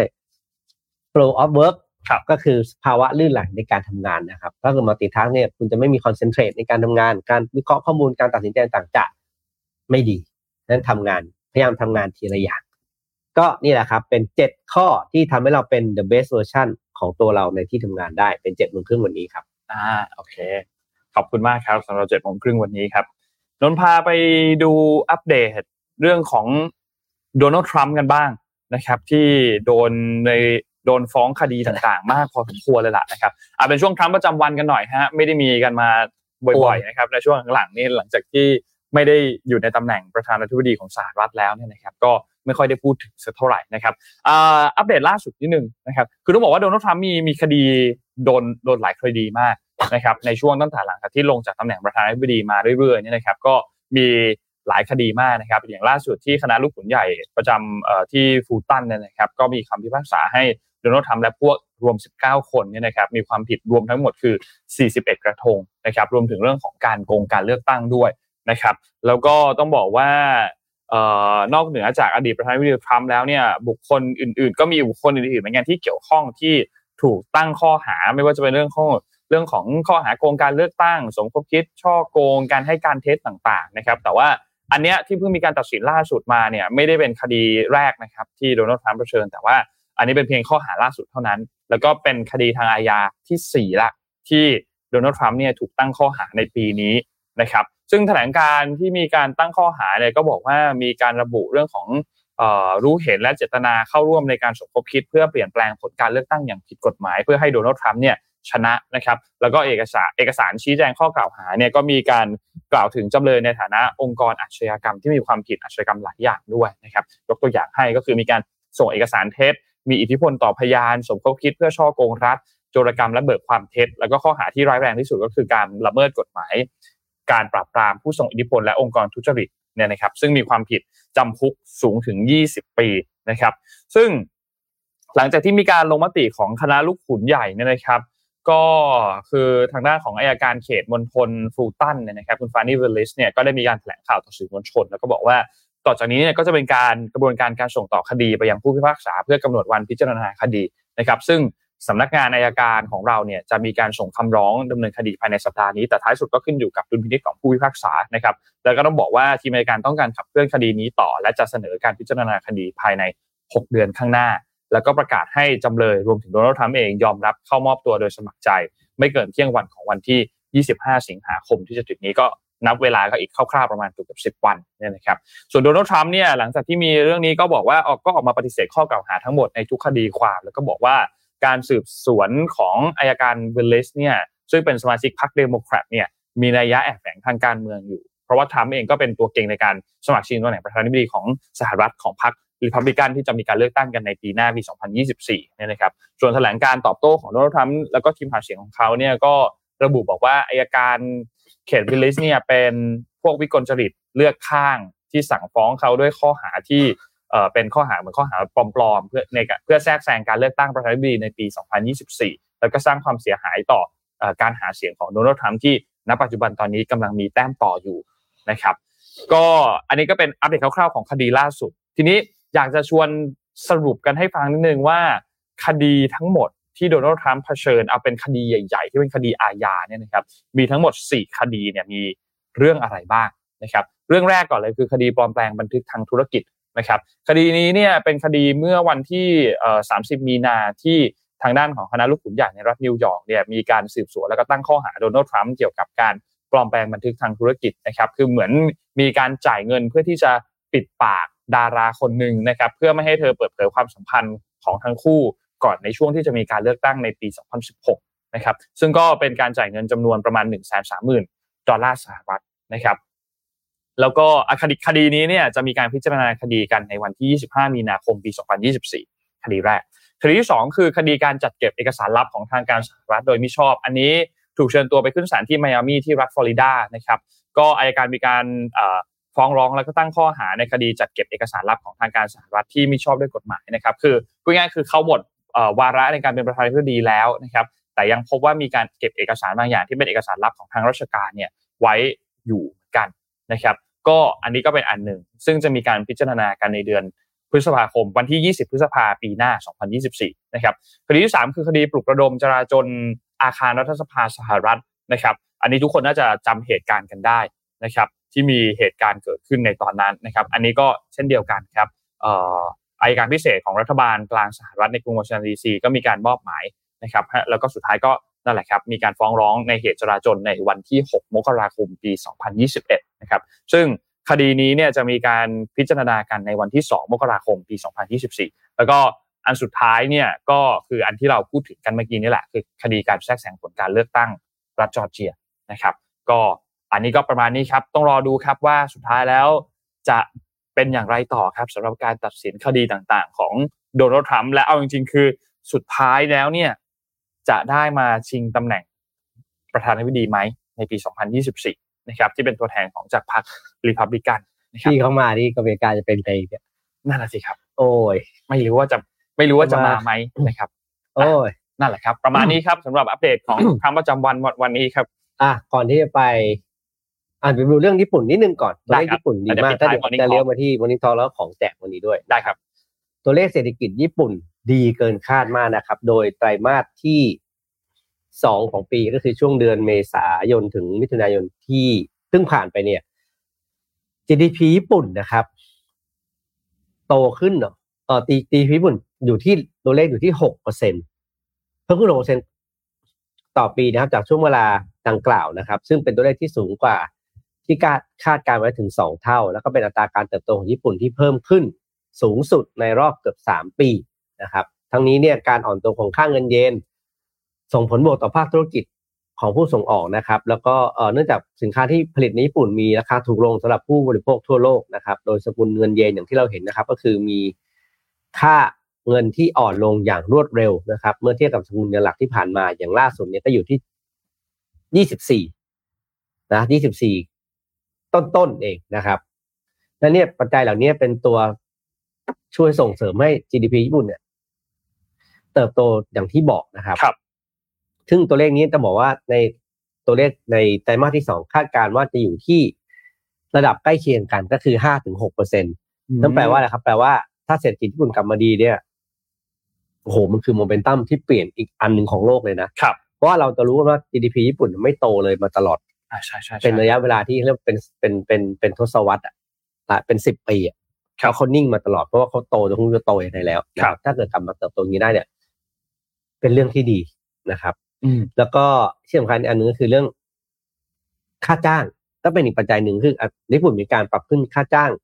flow of work ก็คือภาวะลื่นไหลในการทำงานนะครับถ้าเกิด multitask เนี่ยคุณจะไม่มี concentrate ในการทำงานการวิเคราะห์ข้อมูลการตัดสินใจต่างๆจะไม่ดีนั้นทำงานพยายามทำงานทีละอย่างก็นี่แหละครับเป็น7ข้อที่ทำให้เราเป็น the best version ของตัวเราในที่ทำงานได้เป็น 7:30 น.วันนี้ครับโอเคขอบคุณมากครับสำหรับ 7:30 น.วันนี้ครับนนท์พาไปดูอัปเดตเรื่องของโดนัลด์ทรัมป์กันบ้างนะครับที่โดนฟ้องคดีต่างๆมากพอสมควรเลยล่ะนะครับเป็นช่วงทรัมป์ประจำวันกันหน่อยฮะไม่ได้มีกันมาบ่อยๆนะครับในช่วงหลังๆนี่หลังจากที่ไม่ได้อยู่ในตำแหน่งประธานาธิบดีของสหรัฐแล้วเนี่ยนะครับก็ไม่ค่อยได้พูดถึงสักเท่าไหร่นะครับอัปเดตล่าสุดนิดนึงนะครับคือต้องบอกว่าโดนัลด์ทรัมป์มีคดีโดนหลายคดีมากนะครับในช่วงตั้งแต่หลังจากที่ลงจากตำแหน่งประธานาธิบดีมาเรื่อยๆเนี่ยนะครับก็มีหลายคดีมากนะครับอย่างล่าสุดที่คณะลูกขุนใหญ่ประจำที่ฟูตันเนี่ยนะครับก็มีคำพิพากษาให้โดนัลด์ทรัมป์และพวกรวม19คนเนี่ยนะครับมีความผิดรวมทั้งหมดคือ41กระทงนะครับรวมถึงเรื่องของการโกงการเลือกตั้งด้วยนะครับแล้วก็ต้องบอกว่านอกเหนือจากอดีตประธานาธิบดีทรัมป์แล้วเนี่ยบุคคลอื่นๆก็มีบุคคลอื่นๆเหมือนกันที่เกี่ยวข้องที่ถูกตั้งข้อหาไม่ว่าจะเป็นเรื่องของข้อหาโกงการเลือกตั้งสมคบคิดฉ้อโกงการให้การเท็จต่างๆนะครับแต่ว่าอันเนี้ยที่เพิ่งมีการตัดสินล่าสุดมาเนี่ยไม่ได้เป็นคดีแรกนะครับที่โดนัลด์ทรัมป์เผชิญแต่ว่าอันนี้เป็นเพียงข้อหาล่าสุดเท่านั้นแล้วก็เป็นคดีทางอาญาที่4ละที่โดนัลด์ทรัมป์เนี่ยถูกตั้งข้อหาในปีนี้นะครับซึ่งแถลงการที่มีการตั้งข้อหาเนี่ยก็บอกว่ามีการระบุเรื่องของรู้เห็นและเจตนาเข้าร่วมในการสมคบคิดเพื่อเปลี่ยนแปลงผลการเลือกตั้งอย่างผิดกฎหมายเพื่อให้โดนัลด์ทรัมป์เนี่ยชนะนะครับแล้วก็เอกสารชี้แจงข้อกล่าวหาเนี่ยก็มีการกล่าวถึงจำเลยในฐานะองค์กรอาชญากรรมที่มีความผิดอาชญากรรมหลายอย่างด้วยนะครับยกตัวอย่างให้ก็คือมีการส่งเอกสารเท็จมีอิทธิพลต่อพยานสมคบคิดเพื่อฉ้อโกงรัฐโจรกรรมและเบิกความเท็จแล้วก็ข้อหาที่ร้ายแรงที่สุดก็คือการละเมิดกฎหมายการปราบปรามผู้ทรงอิทธิพลและองค์กรทุจริตเนี่ยนะครับซึ่งมีความผิดจำคุกสูงถึง20ปีนะครับซึ่งหลังจากที่มีการลงมติของคณะลูกขุนใหญ่เนี่ยนะครับก็คือทางด้านของอัยการเขตมณฑลฟูตันเนี่ยนะครับคุณฟานี่เวลลิสเนี่ยก็ได้มีการแถลงข่าวต่อสื่อมวลชนแล้วก็บอกว่าต่อจากนี้เนี่ยก็จะเป็นกระบวนการส่งต่อคดีไปยังผู้พิพากษาเพื่อกำหนดวันพิจารณาคดีนะครับซึ่งสำนักงานอัยการของเราเนี่ยจะมีการส่งคำร้องดำเนินคดีภายในสัปดาห์นี้แต่ท้ายสุดก็ขึ้นอยู่กับดุลพินิจของผู้พิพากษานะครับแล้วก็ต้องบอกว่าทีมอัยการต้องการขับเคลื่อนคดีนี้ต่อและจะเสนอการพิจารณาคดีภายใน6เดือนข้างหน้าแล้วก็ประกาศให้จำเลยรวมถึงโดนัลด์ทรัมป์เองยอมรับเข้ามอบตัวโดยสมัครใจไม่เกินเที่ยงวันของวันที่25สิงหาคมที่จะถึงนี้ก็นับเวลาก็อีกคร่าวๆประมาณเกือบ10วันเนี่ยนะครับส่วนโดนัลด์ทรัมป์เนี่ยหลังจากที่มีเรื่องนี้ก็บอกว่าก็ออกมาปฏิเสธข้อกล่าวหาทั้งหมดในทุกคดีความแล้วก็บอกว่าการสืบสวนของอัยการเวลลิสเนี่ยซึ่งเป็นสมาชิกพรรคเดโมแครตเนี่ยมีนัยยะแอบแฝงทางการเมืองอยู่เพราะว่าทรัมป์เองก็เป็นตัวเก่งในการสมัครชิงตำแหน่งประธานาธิบดีของสหรัฐของพรรครีพับลิกันที่จะมีการเลือกตั้งกันในปีหน้าปี2024เนี่ยนะครับส่วนแถลงการตอบโต้ของโดนัลด์ทรัมป์แล้วก็ทีมหาเสียงของเขาเนี่ยก็ระบุบอกว่าอัยการเขตวิลลิสเนี่ยเป็นพวกวิกลจริตเลือกข้างที่สั่งฟ้องเขาด้วยข้อหาที่เป็นข้อหาเหมือนข้อหาปลอมๆเพื่อแทรกแซงการเลือกตั้งประธานาธิบดีในปี2024แล้วก็สร้างความเสียหายต่อการหาเสียงของโดนัลด์ทรัมป์ที่ณปัจจุบันตอนนี้กำลังมีแต้มต่ออยู่นะครับก็อันนี้ก็เป็นอัปเดตคร่าวๆของคดีล่าสุดทีนี้อยากจะชวนสรุปกันให้ฟังนิดนึงว่าคดีทั้งหมดที่โดนัลด์ทรัมป์เผชิญเอาเป็นคดีใหญ่ๆที่เป็นคดีอาญาเนี่ยนะครับมีทั้งหมด4คดีเนี่ยมีเรื่องอะไรบ้างนะครับเรื่องแรกก่อนเลยคือคดีปลอมแปลงบันทึกทางธุรกิจนะครับคดีนี้เนี่ยเป็นคดีเมื่อวันที่30 มีนาที่ทางด้านของคณะลูกขุนใหญ่ในรัฐนิวยอร์กเนี่ยมีการสืบสวนแล้วก็ตั้งข้อหาโดนัลด์ทรัมป์เกี่ยวกับการปลอมแปลงบันทึกทางธุรกิจนะครับคือเหมือนมีการจ่ายเงินเพื่อที่จะปิดปากดาราคนหนึ่งนะครับเพื่อไม่ให้เธอเปิดเผยความสัมพันธ์ของทั้งคู่ก่อนในช่วงที่จะมีการเลือกตั้งในปี 2016 นะครับซึ่งก็เป็นการจ่ายเงินจำนวนประมาณ 130,000 ดอลลาร์สหรัฐนะครับแล้วก็คดีนี้เนี่ยจะมีการพิจารณาคดีกันในวันที่ 25 มีนาคม ปี 2024 คดีแรกคดีที่2คือคดีการจัดเก็บเอกสารลับของทางการสหรัฐโดยมิชอบอันนี้ถูกเชิญตัวไปขึ้นศาลที่ไมอามี่ที่รัฐฟลอริดานะครับก็อัยการมีการฟ้องร้องแล้วก็ตั้งข้อหาในคดีจัดเก็บเอกสารลับของทางการสหรัฐที่มิชอบด้วยกฎหมายนะครับคือพูดง่ายๆคือเขาหมดวาระในการเป็นประธานาธิบดีแล้วนะครับแต่ยังพบว่ามีการเก็บเอกสารบางอย่างที่เป็นเอกสารลับของทางราชการเนี่ยไว้อยู่เหมือนกันนะครับก็อันนี้ก็เป็นอันหนึ่งซึ่งจะมีการพิจารณากันในเดือนพฤษภาคมวันที่20 พฤษภาคมปีหน้า 2024 นะครับคดีที่3คือคดีปลุกระดมจราจรอาคารรัฐสภาสหรัฐนะครับอันนี้ทุกคนน่าจะจำเหตุการณ์กันได้นะครับที่มีเหตุการณ์เกิดขึ้นในตอนนั้นนะครับอันนี้ก็เช่นเดียวกันครับอัยการพิเศษของรัฐบาลกลางสหรัฐในกรุงวอชิงตันดีซีก็มีการมอบหมายนะครับแล้วก็สุดท้ายก็นั่นแหละครับมีการฟ้องร้องในเหตุจราจรในวันที่6 มกราคมปี 2021 นะครับซึ่งคดีนี้เนี่ยจะมีการพิจารณากันในวันที่2 มกราคมปี 2024 แล้วก็อันสุดท้ายเนี่ยก็คืออันที่เราพูดถึงกันเมื่อกี้นี่แหละคือคดีการแทรกแซงผลการเลือกตั้งรัฐจอร์เจียนะครับก็อันนี้ก็ประมาณนี้ครับต้องรอดูครับว่าสุดท้ายแล้วจะเป็นอย่างไรต่อครับสำหรับการตัดสินคดีต่างๆของโดนัลด์ทรัมป์และเอาจริงๆคือสุดท้ายแล้วเนี่ยจะได้มาชิงตำแหน่งประธานาธิบดีไหมในปี 2024 นะครับที่เป็นตัวแทนของจากพรรครีพับลิกันนะครับที่เข้ามานี่ก็เป็นการจะเป็นไปเนี่ยนั่นแหละสิครับโอ้ยไม่รู้ว่าจะมาไหมนะครับโอ้ยนั่นแหละครับประมาณนี้ครับสำหรับอัปเดตของทรัมป์ประจำวันนี้ครับก่อนที่จะไปไปดูเรื่องญี่ปุ่นนิดนึงก่อนตัวเลขญี่ปุ่นดีมากถ้าเดี๋ยวจะเลี้ยวมาที่มอนิทอร์แล้วของแจกวันนี้ด้วยได้ครับตัวเลขเศรษฐกิจญี่ปุ่นดีเกินคาดมากนะครับโดยไตรมาสที่2ของปีก็คือช่วงเดือนเมษายนถึงมิถุนายนที่เพิ่งผ่านไปเนี่ย GDP ญี่ปุ่นนะครับโตขึ้นGDP ญี่ปุ่นอยู่ที่ตัวเลขอยู่ที่ 6% เพิ่มขึ้น 6% ต่อปีนะครับจากช่วงเวลาดังกล่าวนะครับซึ่งเป็นตัวเลขที่สูงกว่าที่คาดการไว้ถึง2เท่าแล้วก็เป็นอัตราการเติบโตของญี่ปุ่นที่เพิ่มขึ้นสูงสุดในรอบเกือบ3ปีนะครับทั้งนี้เนี่ยการอ่อนตัวของค่าเงินเยนส่งผลบวกต่อภาคธุรกิจของผู้ส่งออกนะครับแล้วก็เนื่องจากสินค้าที่ผลิตในญี่ปุ่นมีราคาถูกลงสำหรับผู้บริโภคทั่วโลกนะครับโดยสกุลเงินเยนอย่างที่เราเห็นนะครับก็คือมีค่าเงินที่อ่อนลงอย่างรวดเร็วนะครับเมื่อเทียบกับสกุลเงินหลักที่ผ่านมาอย่างล่าสุดเนี่ยก็อยู่ที่24นะ24ต้นเองนะครับและเนี่ยปัจจัยเหล่านี้เป็นตัวช่วยส่งเสริมให้ GDP ญี่ปุ่นเนี่ยเติบโตอย่างที่บอกนะครับซึ่งตัวเลขนี้จะบอกว่าในตัวเลขในไตรมาสที่2คาดการณ์ว่าจะอยู่ที่ระดับใกล้เคียงกันก็คือ 5-6% นั่นแปลว่าอะไรครับแปลว่าถ้าเศรษฐกิจญี่ปุ่นกลับมาดีเนี่ยโอ้โหมันคือโมเมนตัมที่เปลี่ยนอีกอันนึงของโลกเลยนะครับเพราะว่าเราจะรู้ว่า GDP ญี่ปุ่นไม่โตเลยมาตลอดใช่เป็นระยะเวลาที่เรียกเป็นทศวรรษเป็น10ปีเขานิ่งมาตลอดเพราะว่าเขาโตจนคงจะโตอย่างไรแล้วถ้าเกิดกลับมาเติบโตอย่างนี้ได้เนี่ยเป็นเรื่องที่ดีนะครับแล้วก็ที่สำคัญอันนึงก็คือเรื่องค่าจ้างก็เป็นอีกปัจจัยหนึ่งคือญี่ปุ่นมีการปรับขึ้นค่าจ้าง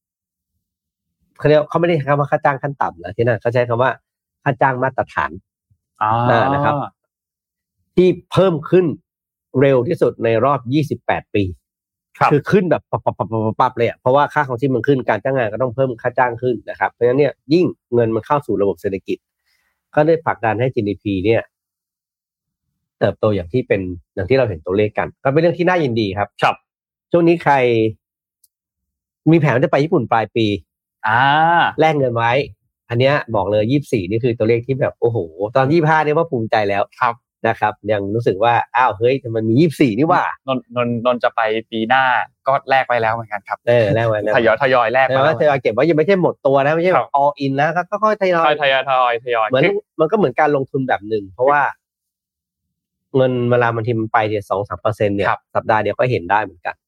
เขาไม่ได้ใช้คำว่าค่าจ้างขั้นต่ำนะที่นั่นเขาใช้คำว่าค่าจ้างมาตรฐานนะครับที่เพิ่มขึ้นเร็วที่สุดในรอบ28ปีคือขึ้นแบบปับเลยเพราะว่าค่าของชีพมันขึ้นการจ้างงานก็ต้องเพิ่มค่าจ้างขึ้นนะครับเพราะฉะนั้นเนี่ยยิ่งเงินมันเข้าสู่ระบบเศรษฐกิจก็ได้ผลักดันให้ GDP เนี่ยเติบโตอย่างที่เราเห็นตัวเลขกันก็เป็นเรื่องที่น่ายินดีครับช่วงนี้ใครมีแผนจะไปญี่ปุ่นปลายปีแลกเงินไว้อันเนี้ยบอกเลย24นี่คือตัวเลขที่แบบโอ้โหตอน25เนี่ยว่าภูมิใจแล้วนะครับยังรู้สึกว่าอ้าวเฮ้ยมันมี24นี่ว่านนจะไปปีหน้าก็แลกไว้แล้วเหมือนกันครับแลกไว้แล้วทยอยแลกไปแล้วทยอยเก็บไว้ยังไม่ใช่หมดตัวนะไม่ใช่แบบ all in นะก็ค่อยทยอยเหมือนมันก็เหมือนการลงทุนแบบนึงเพราะว่าเงินเวลามันทีมันไปเนี่ย 2-3% เนี่ยสัปดาห์เดียวก็เห็นได้เหมือนกัน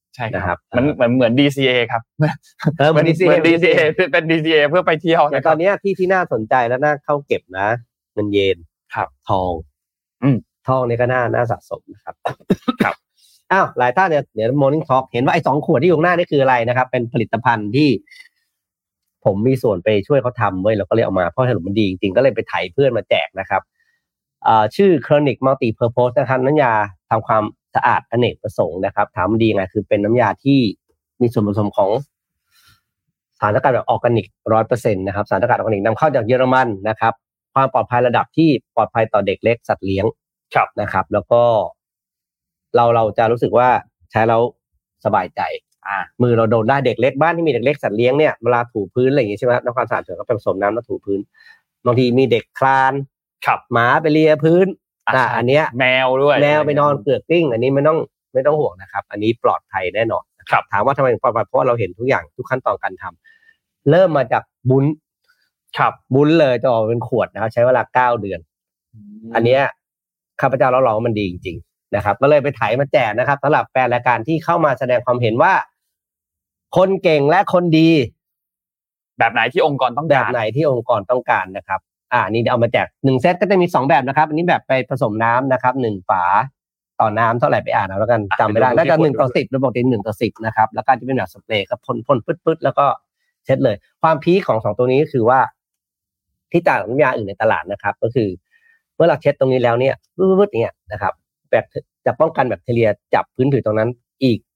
ใช่นะครับมันเหมือน DCA ครับเหมือน DCA เป็น DCA เพื่อไปเที่ยวแต่ตอนนี้ที่น่าสนใจและน่าเข้าเก็บนะเงินเยนครับทองนี่ก็น่าสะสมนะครับครับอ้าวหลายท่านเนี่ยเดี๋ยว Morning Talk เห็นว่าไอ้2ขวดที่อยู่ข้างหน้านี่คืออะไรนะครับเป็นผลิตภัณฑ์ที่ผมมีส่วนไปช่วยเขาทำไว้แล้วก็เลยเอามาเพราะเห็นมันดีจริงๆก็เลยไปไถเพื่อนมาแจกนะครับชื่อ Chronic Multi Purpose นะครับน้ำยาทำความสะอาดอเนกประสงค์นะครับถามมันดีไงคือเป็นน้ำยาที่มีส่วนผสมของสารสกัดแบบออร์แกนิก 100% นะครับสารสกัดออร์แกนิกนำเข้าจากเยอรมันนะครับความปลอดภัยระดับที่ปลอดภัยต่อเด็กเล็กสัตว์เลี้ยงนะครับแล้วก็เราจะรู้สึกว่าใช้แล้วสบายใจมือเราโดนได้เด็กเล็กบ้านที่มีเด็กเล็กสัตว์เลี้ยงเนี่ยเวลาถูพื้นอะไรอย่างงี้ใช่ไหมน้ำความสะอาดเถอะก็ผสมน้ำแล้วถูพื้นบางทีมีเด็กคลานหมาไปเลียพื้นอันเนี้ยแมวด้วยแมวไปนอนเกลือกกลิ้งอันนี้ไม่ต้องห่วงนะครับอันนี้ปลอดภัยแน่นอนครับถามว่าทำไมถึงปลอดภัยเพราะเราเห็นทุกอย่างทุกขั้นตอนการทำเริ่มมาจากบุ้นเลยจะออกเป็นขวดนะครับใช้เวลา9 เดือนอันเนี้ยข้าพเจ้าเราลองมันดีจริงๆนะครับก็เลยไปไถมาแจกนะครับสำหรับแฟนรายการที่เข้ามาแสดงความเห็นว่าคนเก่งและคนดีแบบไหนที่องค์กรต้องการนะครับนี่เอามาแจก1เซตก็จะมี2แบบนะครับอันนี้แบบไปผสมน้ำนะครับ1ฝาต่อน้ำเท่าไหร่ไปอ่านเอาแล้วกันจำไม่ได้น่าจะ1:10ระบบเป็น1:10นะครับแล้วก็จะเป็นแบบสเปรย์ก็พ่นปึ๊ดๆแล้วก็เช็ดเลยความพีคของ2ตัวนี้ก็คือว่าที่ต่างจากน้ำยาอื่นในตลาดนะครับก็คือเมื่อเราเช็ดตรงนี้แล้วเนี่ยปึ๊ดๆเนี่ยนะครับแบบจะป้องกันแบคทีเรียจับพื้นผิวตรงนั้นอีก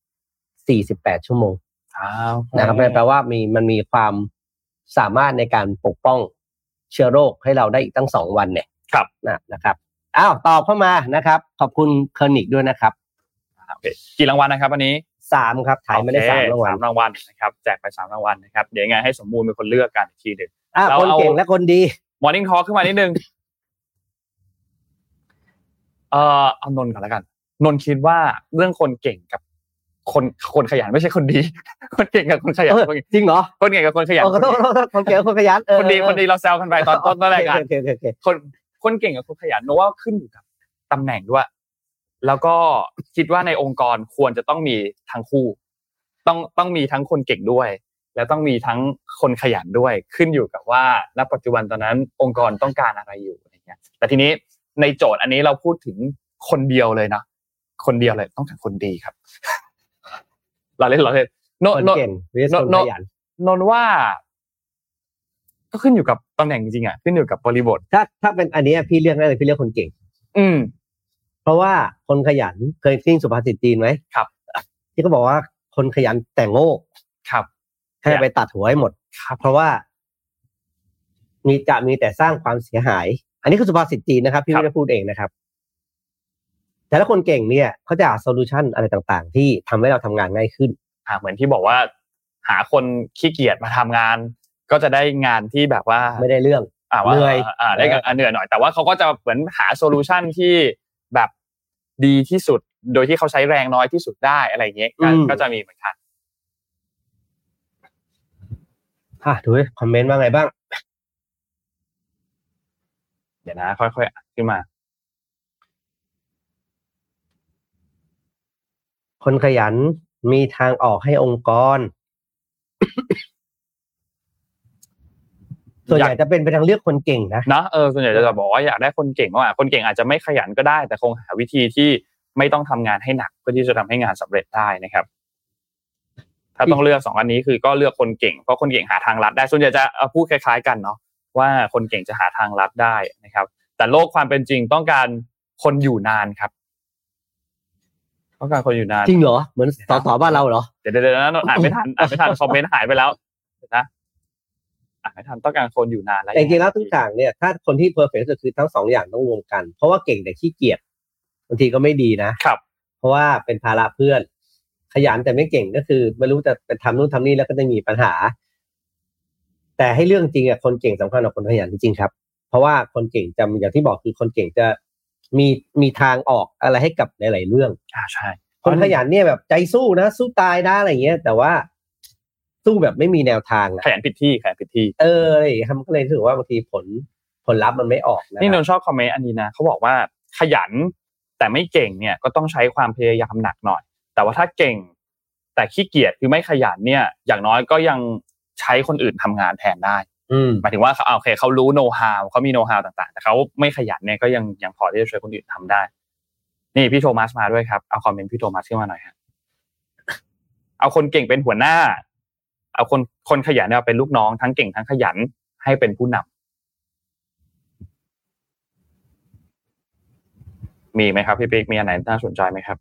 48 ชั่วโมงนะครับแปลว่ามันมีความสามารถในการปกป้องเชื้อโรคให้เราได้อีกตั้ง2 วันเนี่ยนะครับตอบเข้ามานะครับขอบคุณเคอร์นิกด้วยนะครับกี่รางวัลนะครับวันนี้ 3ครับถ่ายมาได้3 รางวัล 3 รางวัลนะครับแจกไป3 รางวัลนะครับเดี๋ยวไงให้สมบูรณ์เป็นคนเลือกกันอีกทีนึงคนเก่งและคนดี Morning Talk ขึ้นมานิดนึงเอานนท์ก่อนแล้วกันนนท์คิดว่าเรื่องคนเก่งกับคนขยันไม่ใช่คนดีคนเก่งกับคนขยันจริงเหรอคนเก่งกับคนขยันขอโทษคนเก่งกับคนขยันคนดีเราแซวกันไปตอนแรกกันคนเก่งกับคนขยันโนว่าขึ้นอยู่กับตำแหน่งด้วยแล้วก็คิดว่าในองค์กรควรจะต้องมีทั้งคู่ต้องมีทั้งคนเก่งด้วยและต้องมีทั้งคนขยันด้วยขึ้นอยู่กับว่าณปัจจุบันตอนนั้นองค์กรต้องการอะไรอยู่อะไรเงี้ยแต่ทีนี้ในโจทย์อันนี้เราพูดถึงคนเดียวเลยนะคนเดียวเลยต้องการคนดีครับเราเล่นนนว่าก็ขึ้นอยู่กับตำแหน่งจริงๆขึ้นอยู่กับบริบทถ้าเป็นอันนี้พี่เลือกได้เลยพี่เลือกคนเก่งเพราะว่าคนขยันเคยทิ้งสุภาษิตจีนไหมครับที่เขาบอกว่าคนขยันแต่โง่ครับให้ไปตัดหัวให้หมดเพราะว่ามีแต่สร้างความเสียหายอันนี้คือสุภาษิตจีนนะครับพี่ไม่ได้พูดเองนะครับแต่ถ้าคนเก่งเนี่ยเขาจะหาโซลูชันอะไรต่างๆที่ทำให้เราทำงานง่ายขึ้นเหมือนที่บอกว่าหาคนขี้เกียจมาทำงานก็จะได้งานที่แบบว่าไม่ได้เรื่องเหนื่อยได้เหนื่อยหน่อยแต่ว่าเขาก็จะเหมือนหาโซลูชันที่แบบดีที่สุดโดยที่เขาใช้แรงน้อยที่สุดได้อะไรอย่างเงี้ยก็จะมีเหมือนกันดูคอมเมนต์ว่าไงบ้างเดี๋ยวนะค่อยๆขึ้นมาคนขยันมีทางออกให้องค์กร ส่วนใหญ่จะเป็นไปทางเลือกคนเก่งนะส่วนใหญ่จะบอกว่าอยากได้คนเก่งมากคนเก่งอาจจะไม่ขยันก็ได้แต่คงหาวิธีที่ไม่ต้องทำงานให้หนักเพื่อที่จะทำให้งานสำเร็จได้นะครับถ้าต้องเลือก2อันนี้คือก็เลือกคนเก่งเพราะคนเก่งหาทางลัดได้ส่วนใหญ่จะพูดคล้ายๆกันเนาะว่าคนเก่งจะหาทางลัดได้นะครับแต่โลกความเป็นจริงต้องการคนอยู่นานครับต้องการคนอยู่นานจริงเหรอเหมือนสบ้านเราเหรอเดี๋ยวนะอ่านไม่ทันคอมเมนต์หายไปแล้วนะอ่านไม่ทันต้องการคนอยู่นานแล้วจริงๆแล้วทุกอย่างเนี่ยถ้าคนที่เพอร์เฟคต์คือทั้ง2อย่างต้องรวมกันเพราะว่าเก่งแต่ขี้เกียจบางทีก็ไม่ดีนะครับเพราะว่าเป็นภาระเพื่อนขยันแต่ไม่เก่งก็คือไม่รู้จะไปทำนู่นทำนี่แล้วก็จะมีปัญหาแต่ให้เรื่องจริงคนเก่งสำคัญกว่าคนขยันจริงๆครับเพราะว่าคนเก่งจะอย่างที่บอกคือคนเก่งจะมีทางออกอะไรให้กับหลายๆเรื่องใช่คนขยันเนี่ยแบบใจสู้นะสู้ตายได้อะไรเงี้ยแต่ว่าสู้แบบไม่มีแนวทางขยันผิดที่อะไรอย่างเงี้ยมันก็เลยถือว่าบางทีผลลัพธ์มันไม่ออกนี่นนชอบคอมเมนต์อันนี้นะเขาบอกว่าขยันแต่ไม่เก่งเนี่ยก็ต้องใช้ความพยายามหนักหน่อยแต่ว่าถ้าเก่งแต่ขี้เกียจคือไม่ขยันเนี่ยอย่างน้อยก็ยังใช้คนอื่นทำงานแทนได้หมายถึงว่าโอเคเขารู้โน้ตฮาวเขามีโน้ตฮาวต่างๆแต่เขาไม่ขยันเนี่ยก็ยังพอที่จะช่วยคนอื่นทำได้นี่พี่โทมัสมาด้วยครับเอาคอมเมนต์พี่โทมัสขึ้นมาหน่อยครับเอาคนเก่งเป็นหัวหน้าเอาคนขยันเนี่ยเป็นลูกน้องทั้งเก่งทั้งขยันให้เป็นผู้นำมีไหมครับพี่ปิ๊กมีอันไหนน่าสนใจไหมครับ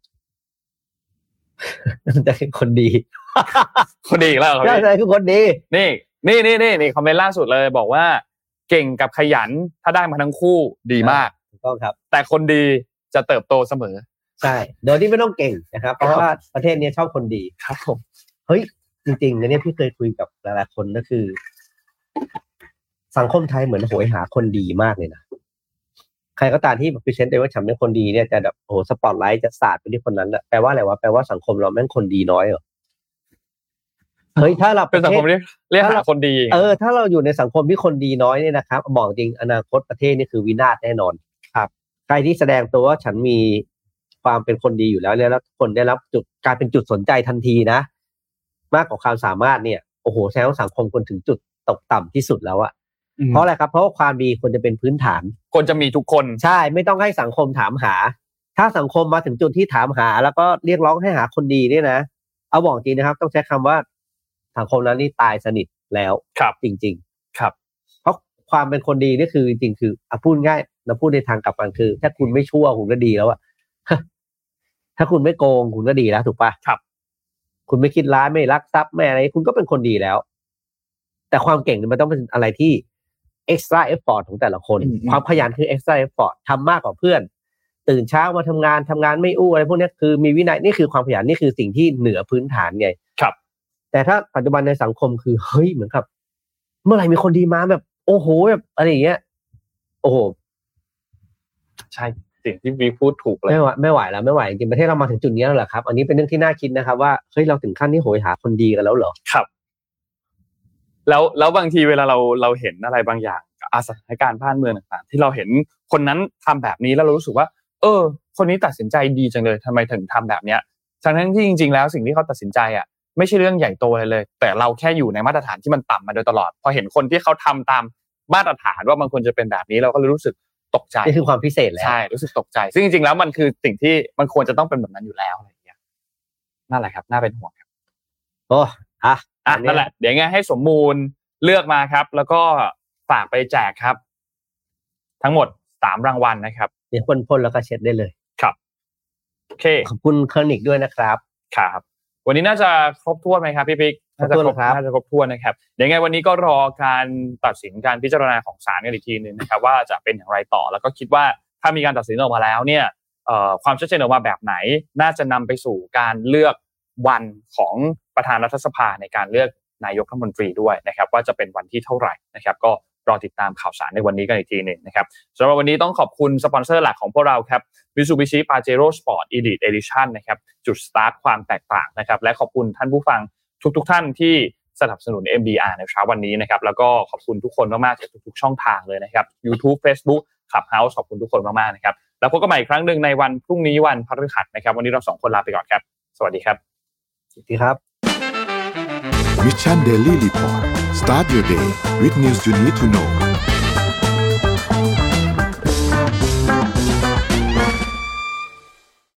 แต่คนดีคนดีแล้วครับใช่คือคนดีนี่คอมเมนต์ล่าสุดเลยบอกว่าเก่งกับขยันถ้าได้มาทั้งคู่ดีมากถูกต้องครับแต่คนดีจะเติบโตเสมอใช่โดยที่ไม่ต้องเก่งนะครับเพราะว่าประเทศนี้ชอบคนดีครับผมเฮ้ยจริงๆเนี่ยพี่เคยคุยกับหลายๆคนก็คือสังคมไทยเหมือนโหยหาคนดีมากเลยนะใครก็ตามที่พรีเซนต์ได้ว่าฉันเป็นคนดีเนี่ยจะแบบโอ้สปอตไลท์จะสาดไปที่คนนั้นแหละแปลว่าอะไรวะแปลว่าสังคมเราแม่งคนดีน้อยเหรอเฮ้ยถ้าเราเป็นสังคมเรียกหาคนดีถ้าเราอยู่ในสังคมที่คนดีน้อยเนี่ยนะครับบอกจริงอนาคตประเทศนี่คือวินาศแน่นอนครับใครที่แสดงตัวว่าฉันมีความเป็นคนดีอยู่แล้วเนี่ยแล้วคนได้รับจุดการเป็นจุดสนใจทันทีนะมากกว่าความสามารถเนี่ยโอ้โหแสดงว่าสังคมคนถึงจุดตกต่ำที่สุดแล้วอะเพราะอะไรครับเพราะว่าความดีควรจะเป็นพื้นฐานคนจะมีทุกคนใช่ไม่ต้องให้สังคมถามหาถ้าสังคมมาถึงจุดที่ถามหาแล้วก็เรียกร้องให้หาคนดีเนี่ยนะเอาบอกจริงนะครับต้องใช้คำว่าสังคมนั้นนี่ตายสนิทแล้วจริงๆครับเพราะความเป็นคนดีนี่คือจริงๆคือพูดง่ายเราพูดในทางกลับกันคือถ้าคุณไม่ชั่วคุณก็ดีแล้วอะถ้าคุณไม่โกงคุณก็ดีแล้วถูกป่ะครับคุณไม่คิดร้ายไม่ลักทรัพย์ไม่อะไรคุณก็เป็นคนดีแล้วแต่ความเก่งมันต้องเป็นอะไรที่ extra effort ของแต่ละคนความขยันคือ extra effort ทำมากกว่าเพื่อนตื่นเช้ามาทำงานไม่อู้อะไรพวกนี้คือมีวินัยนี่คือความขยันนี่คือสิ่งที่เหนือพื้นฐานไงครับแต่ถ้าปัจจุบันในสังคมคือเฮ้ยเหมือนกับเมื่อไหร่มีคนดีมาแบบโอ้โหแบบอะไรอย่างเงี้ยโอ้โหใช่สิ่งที่วีพูดถูกเลยไม่ไหวแล้วไม่ไหวจริงประเทศเรามาถึงจุดนี้แล้วเหรอครับอันนี้เป็นเรื่องที่น่าคิดนะครับว่าเฮ้ยเราถึงขั้นที่โหยหาคนดีกันแล้วเหรอครับแล้วบางทีเวลาเราเห็นอะไรบางอย่างสถานการณ์บ้านเมืองต่างๆที่เราเห็นคนนั้นทำแบบนี้แล้วเรารู้สึกว่าคนนี้ตัดสินใจดีจังเลยทำไมถึงทำแบบเนี้ยทั้งที่จริงๆแล้วสิ่งที่เขาตัดสินใจอ่ะไม่ใช่เรื่องใหญ่โตอะไรเลยแต่เราแค่อยู่ในมาตรฐานที่มันต่ำมาโดยตลอดพอเห็นคนที่เขาทำตามมาตรฐานว่าบางคนจะเป็นแบบนี้เราก็รู้สึกตกใจนี่คือความพิเศษแล้วใช่รู้สึกตกใจซึ่งจริงๆแล้วมันคือสิ่งที่มันควรจะต้องเป็นแบบนั้นอยู่แล้วอะไรอย่างเงี้ยนั่นแหละครับน่าเป็นห่วงครับนั่นแหละเดี๋ยวไงให้สมมูลเลือกมาครับแล้วก็ฝากไปแจกครับทั้งหมด3รางวัลนะครับเดี๋ยวพ่นแล้วก็เช็ดได้เลยครับโอเคขอบคุณคลินิกด้วยนะครับครับวันนี้น่าจะครบถ้วนไหมครับพี่ปิ๊กน่าจะครบถ้วนนะครับเดี๋ยวไงวันนี้ก็รอการตัดสินการพิจารณาของศาลกันอีกทีนึงนะครับว่าจะเป็นอย่างไรต่อแล้วก็คิดว่าถ้ามีการตัดสินออกมาแล้วเนี่ยความชัดเจนออกมาแบบไหนน่าจะนำไปสู่การเลือกวันของประธานรัฐสภาในการเลือกนายกรัฐมนตรีด้วยนะครับว่าจะเป็นวันที่เท่าไหร่นะครับก็รอติดตามข่าวสารในวันนี้กันอีกทีนึงนะครับสำหรับวันนี้ต้องขอบคุณสปอนเซอร์หลักของพวกเราครับ Mitsubishi Pajero Sport Elite Edition นะครับจุดสตาร์ทความแตกต่างนะครับและขอบคุณท่านผู้ฟังทุกท่านที่สนับสนุน MDR ในเช้าวันนี้นะครับแล้วก็ขอบคุณทุกคนมากๆจากทุกช่องทางเลยนะครับ YouTube Facebook Clubhouse ขอบคุณทุกคนมากๆนะครับแล้วพบกันใหม่อีกครั้งนึงในวันพรุ่งนี้วันพฤหัสนะครับวันนี้เรา2คนลาไปก่อนครับสวัสดีครับสวัสดีครับ Mission Daily Report Start your day with news you need to know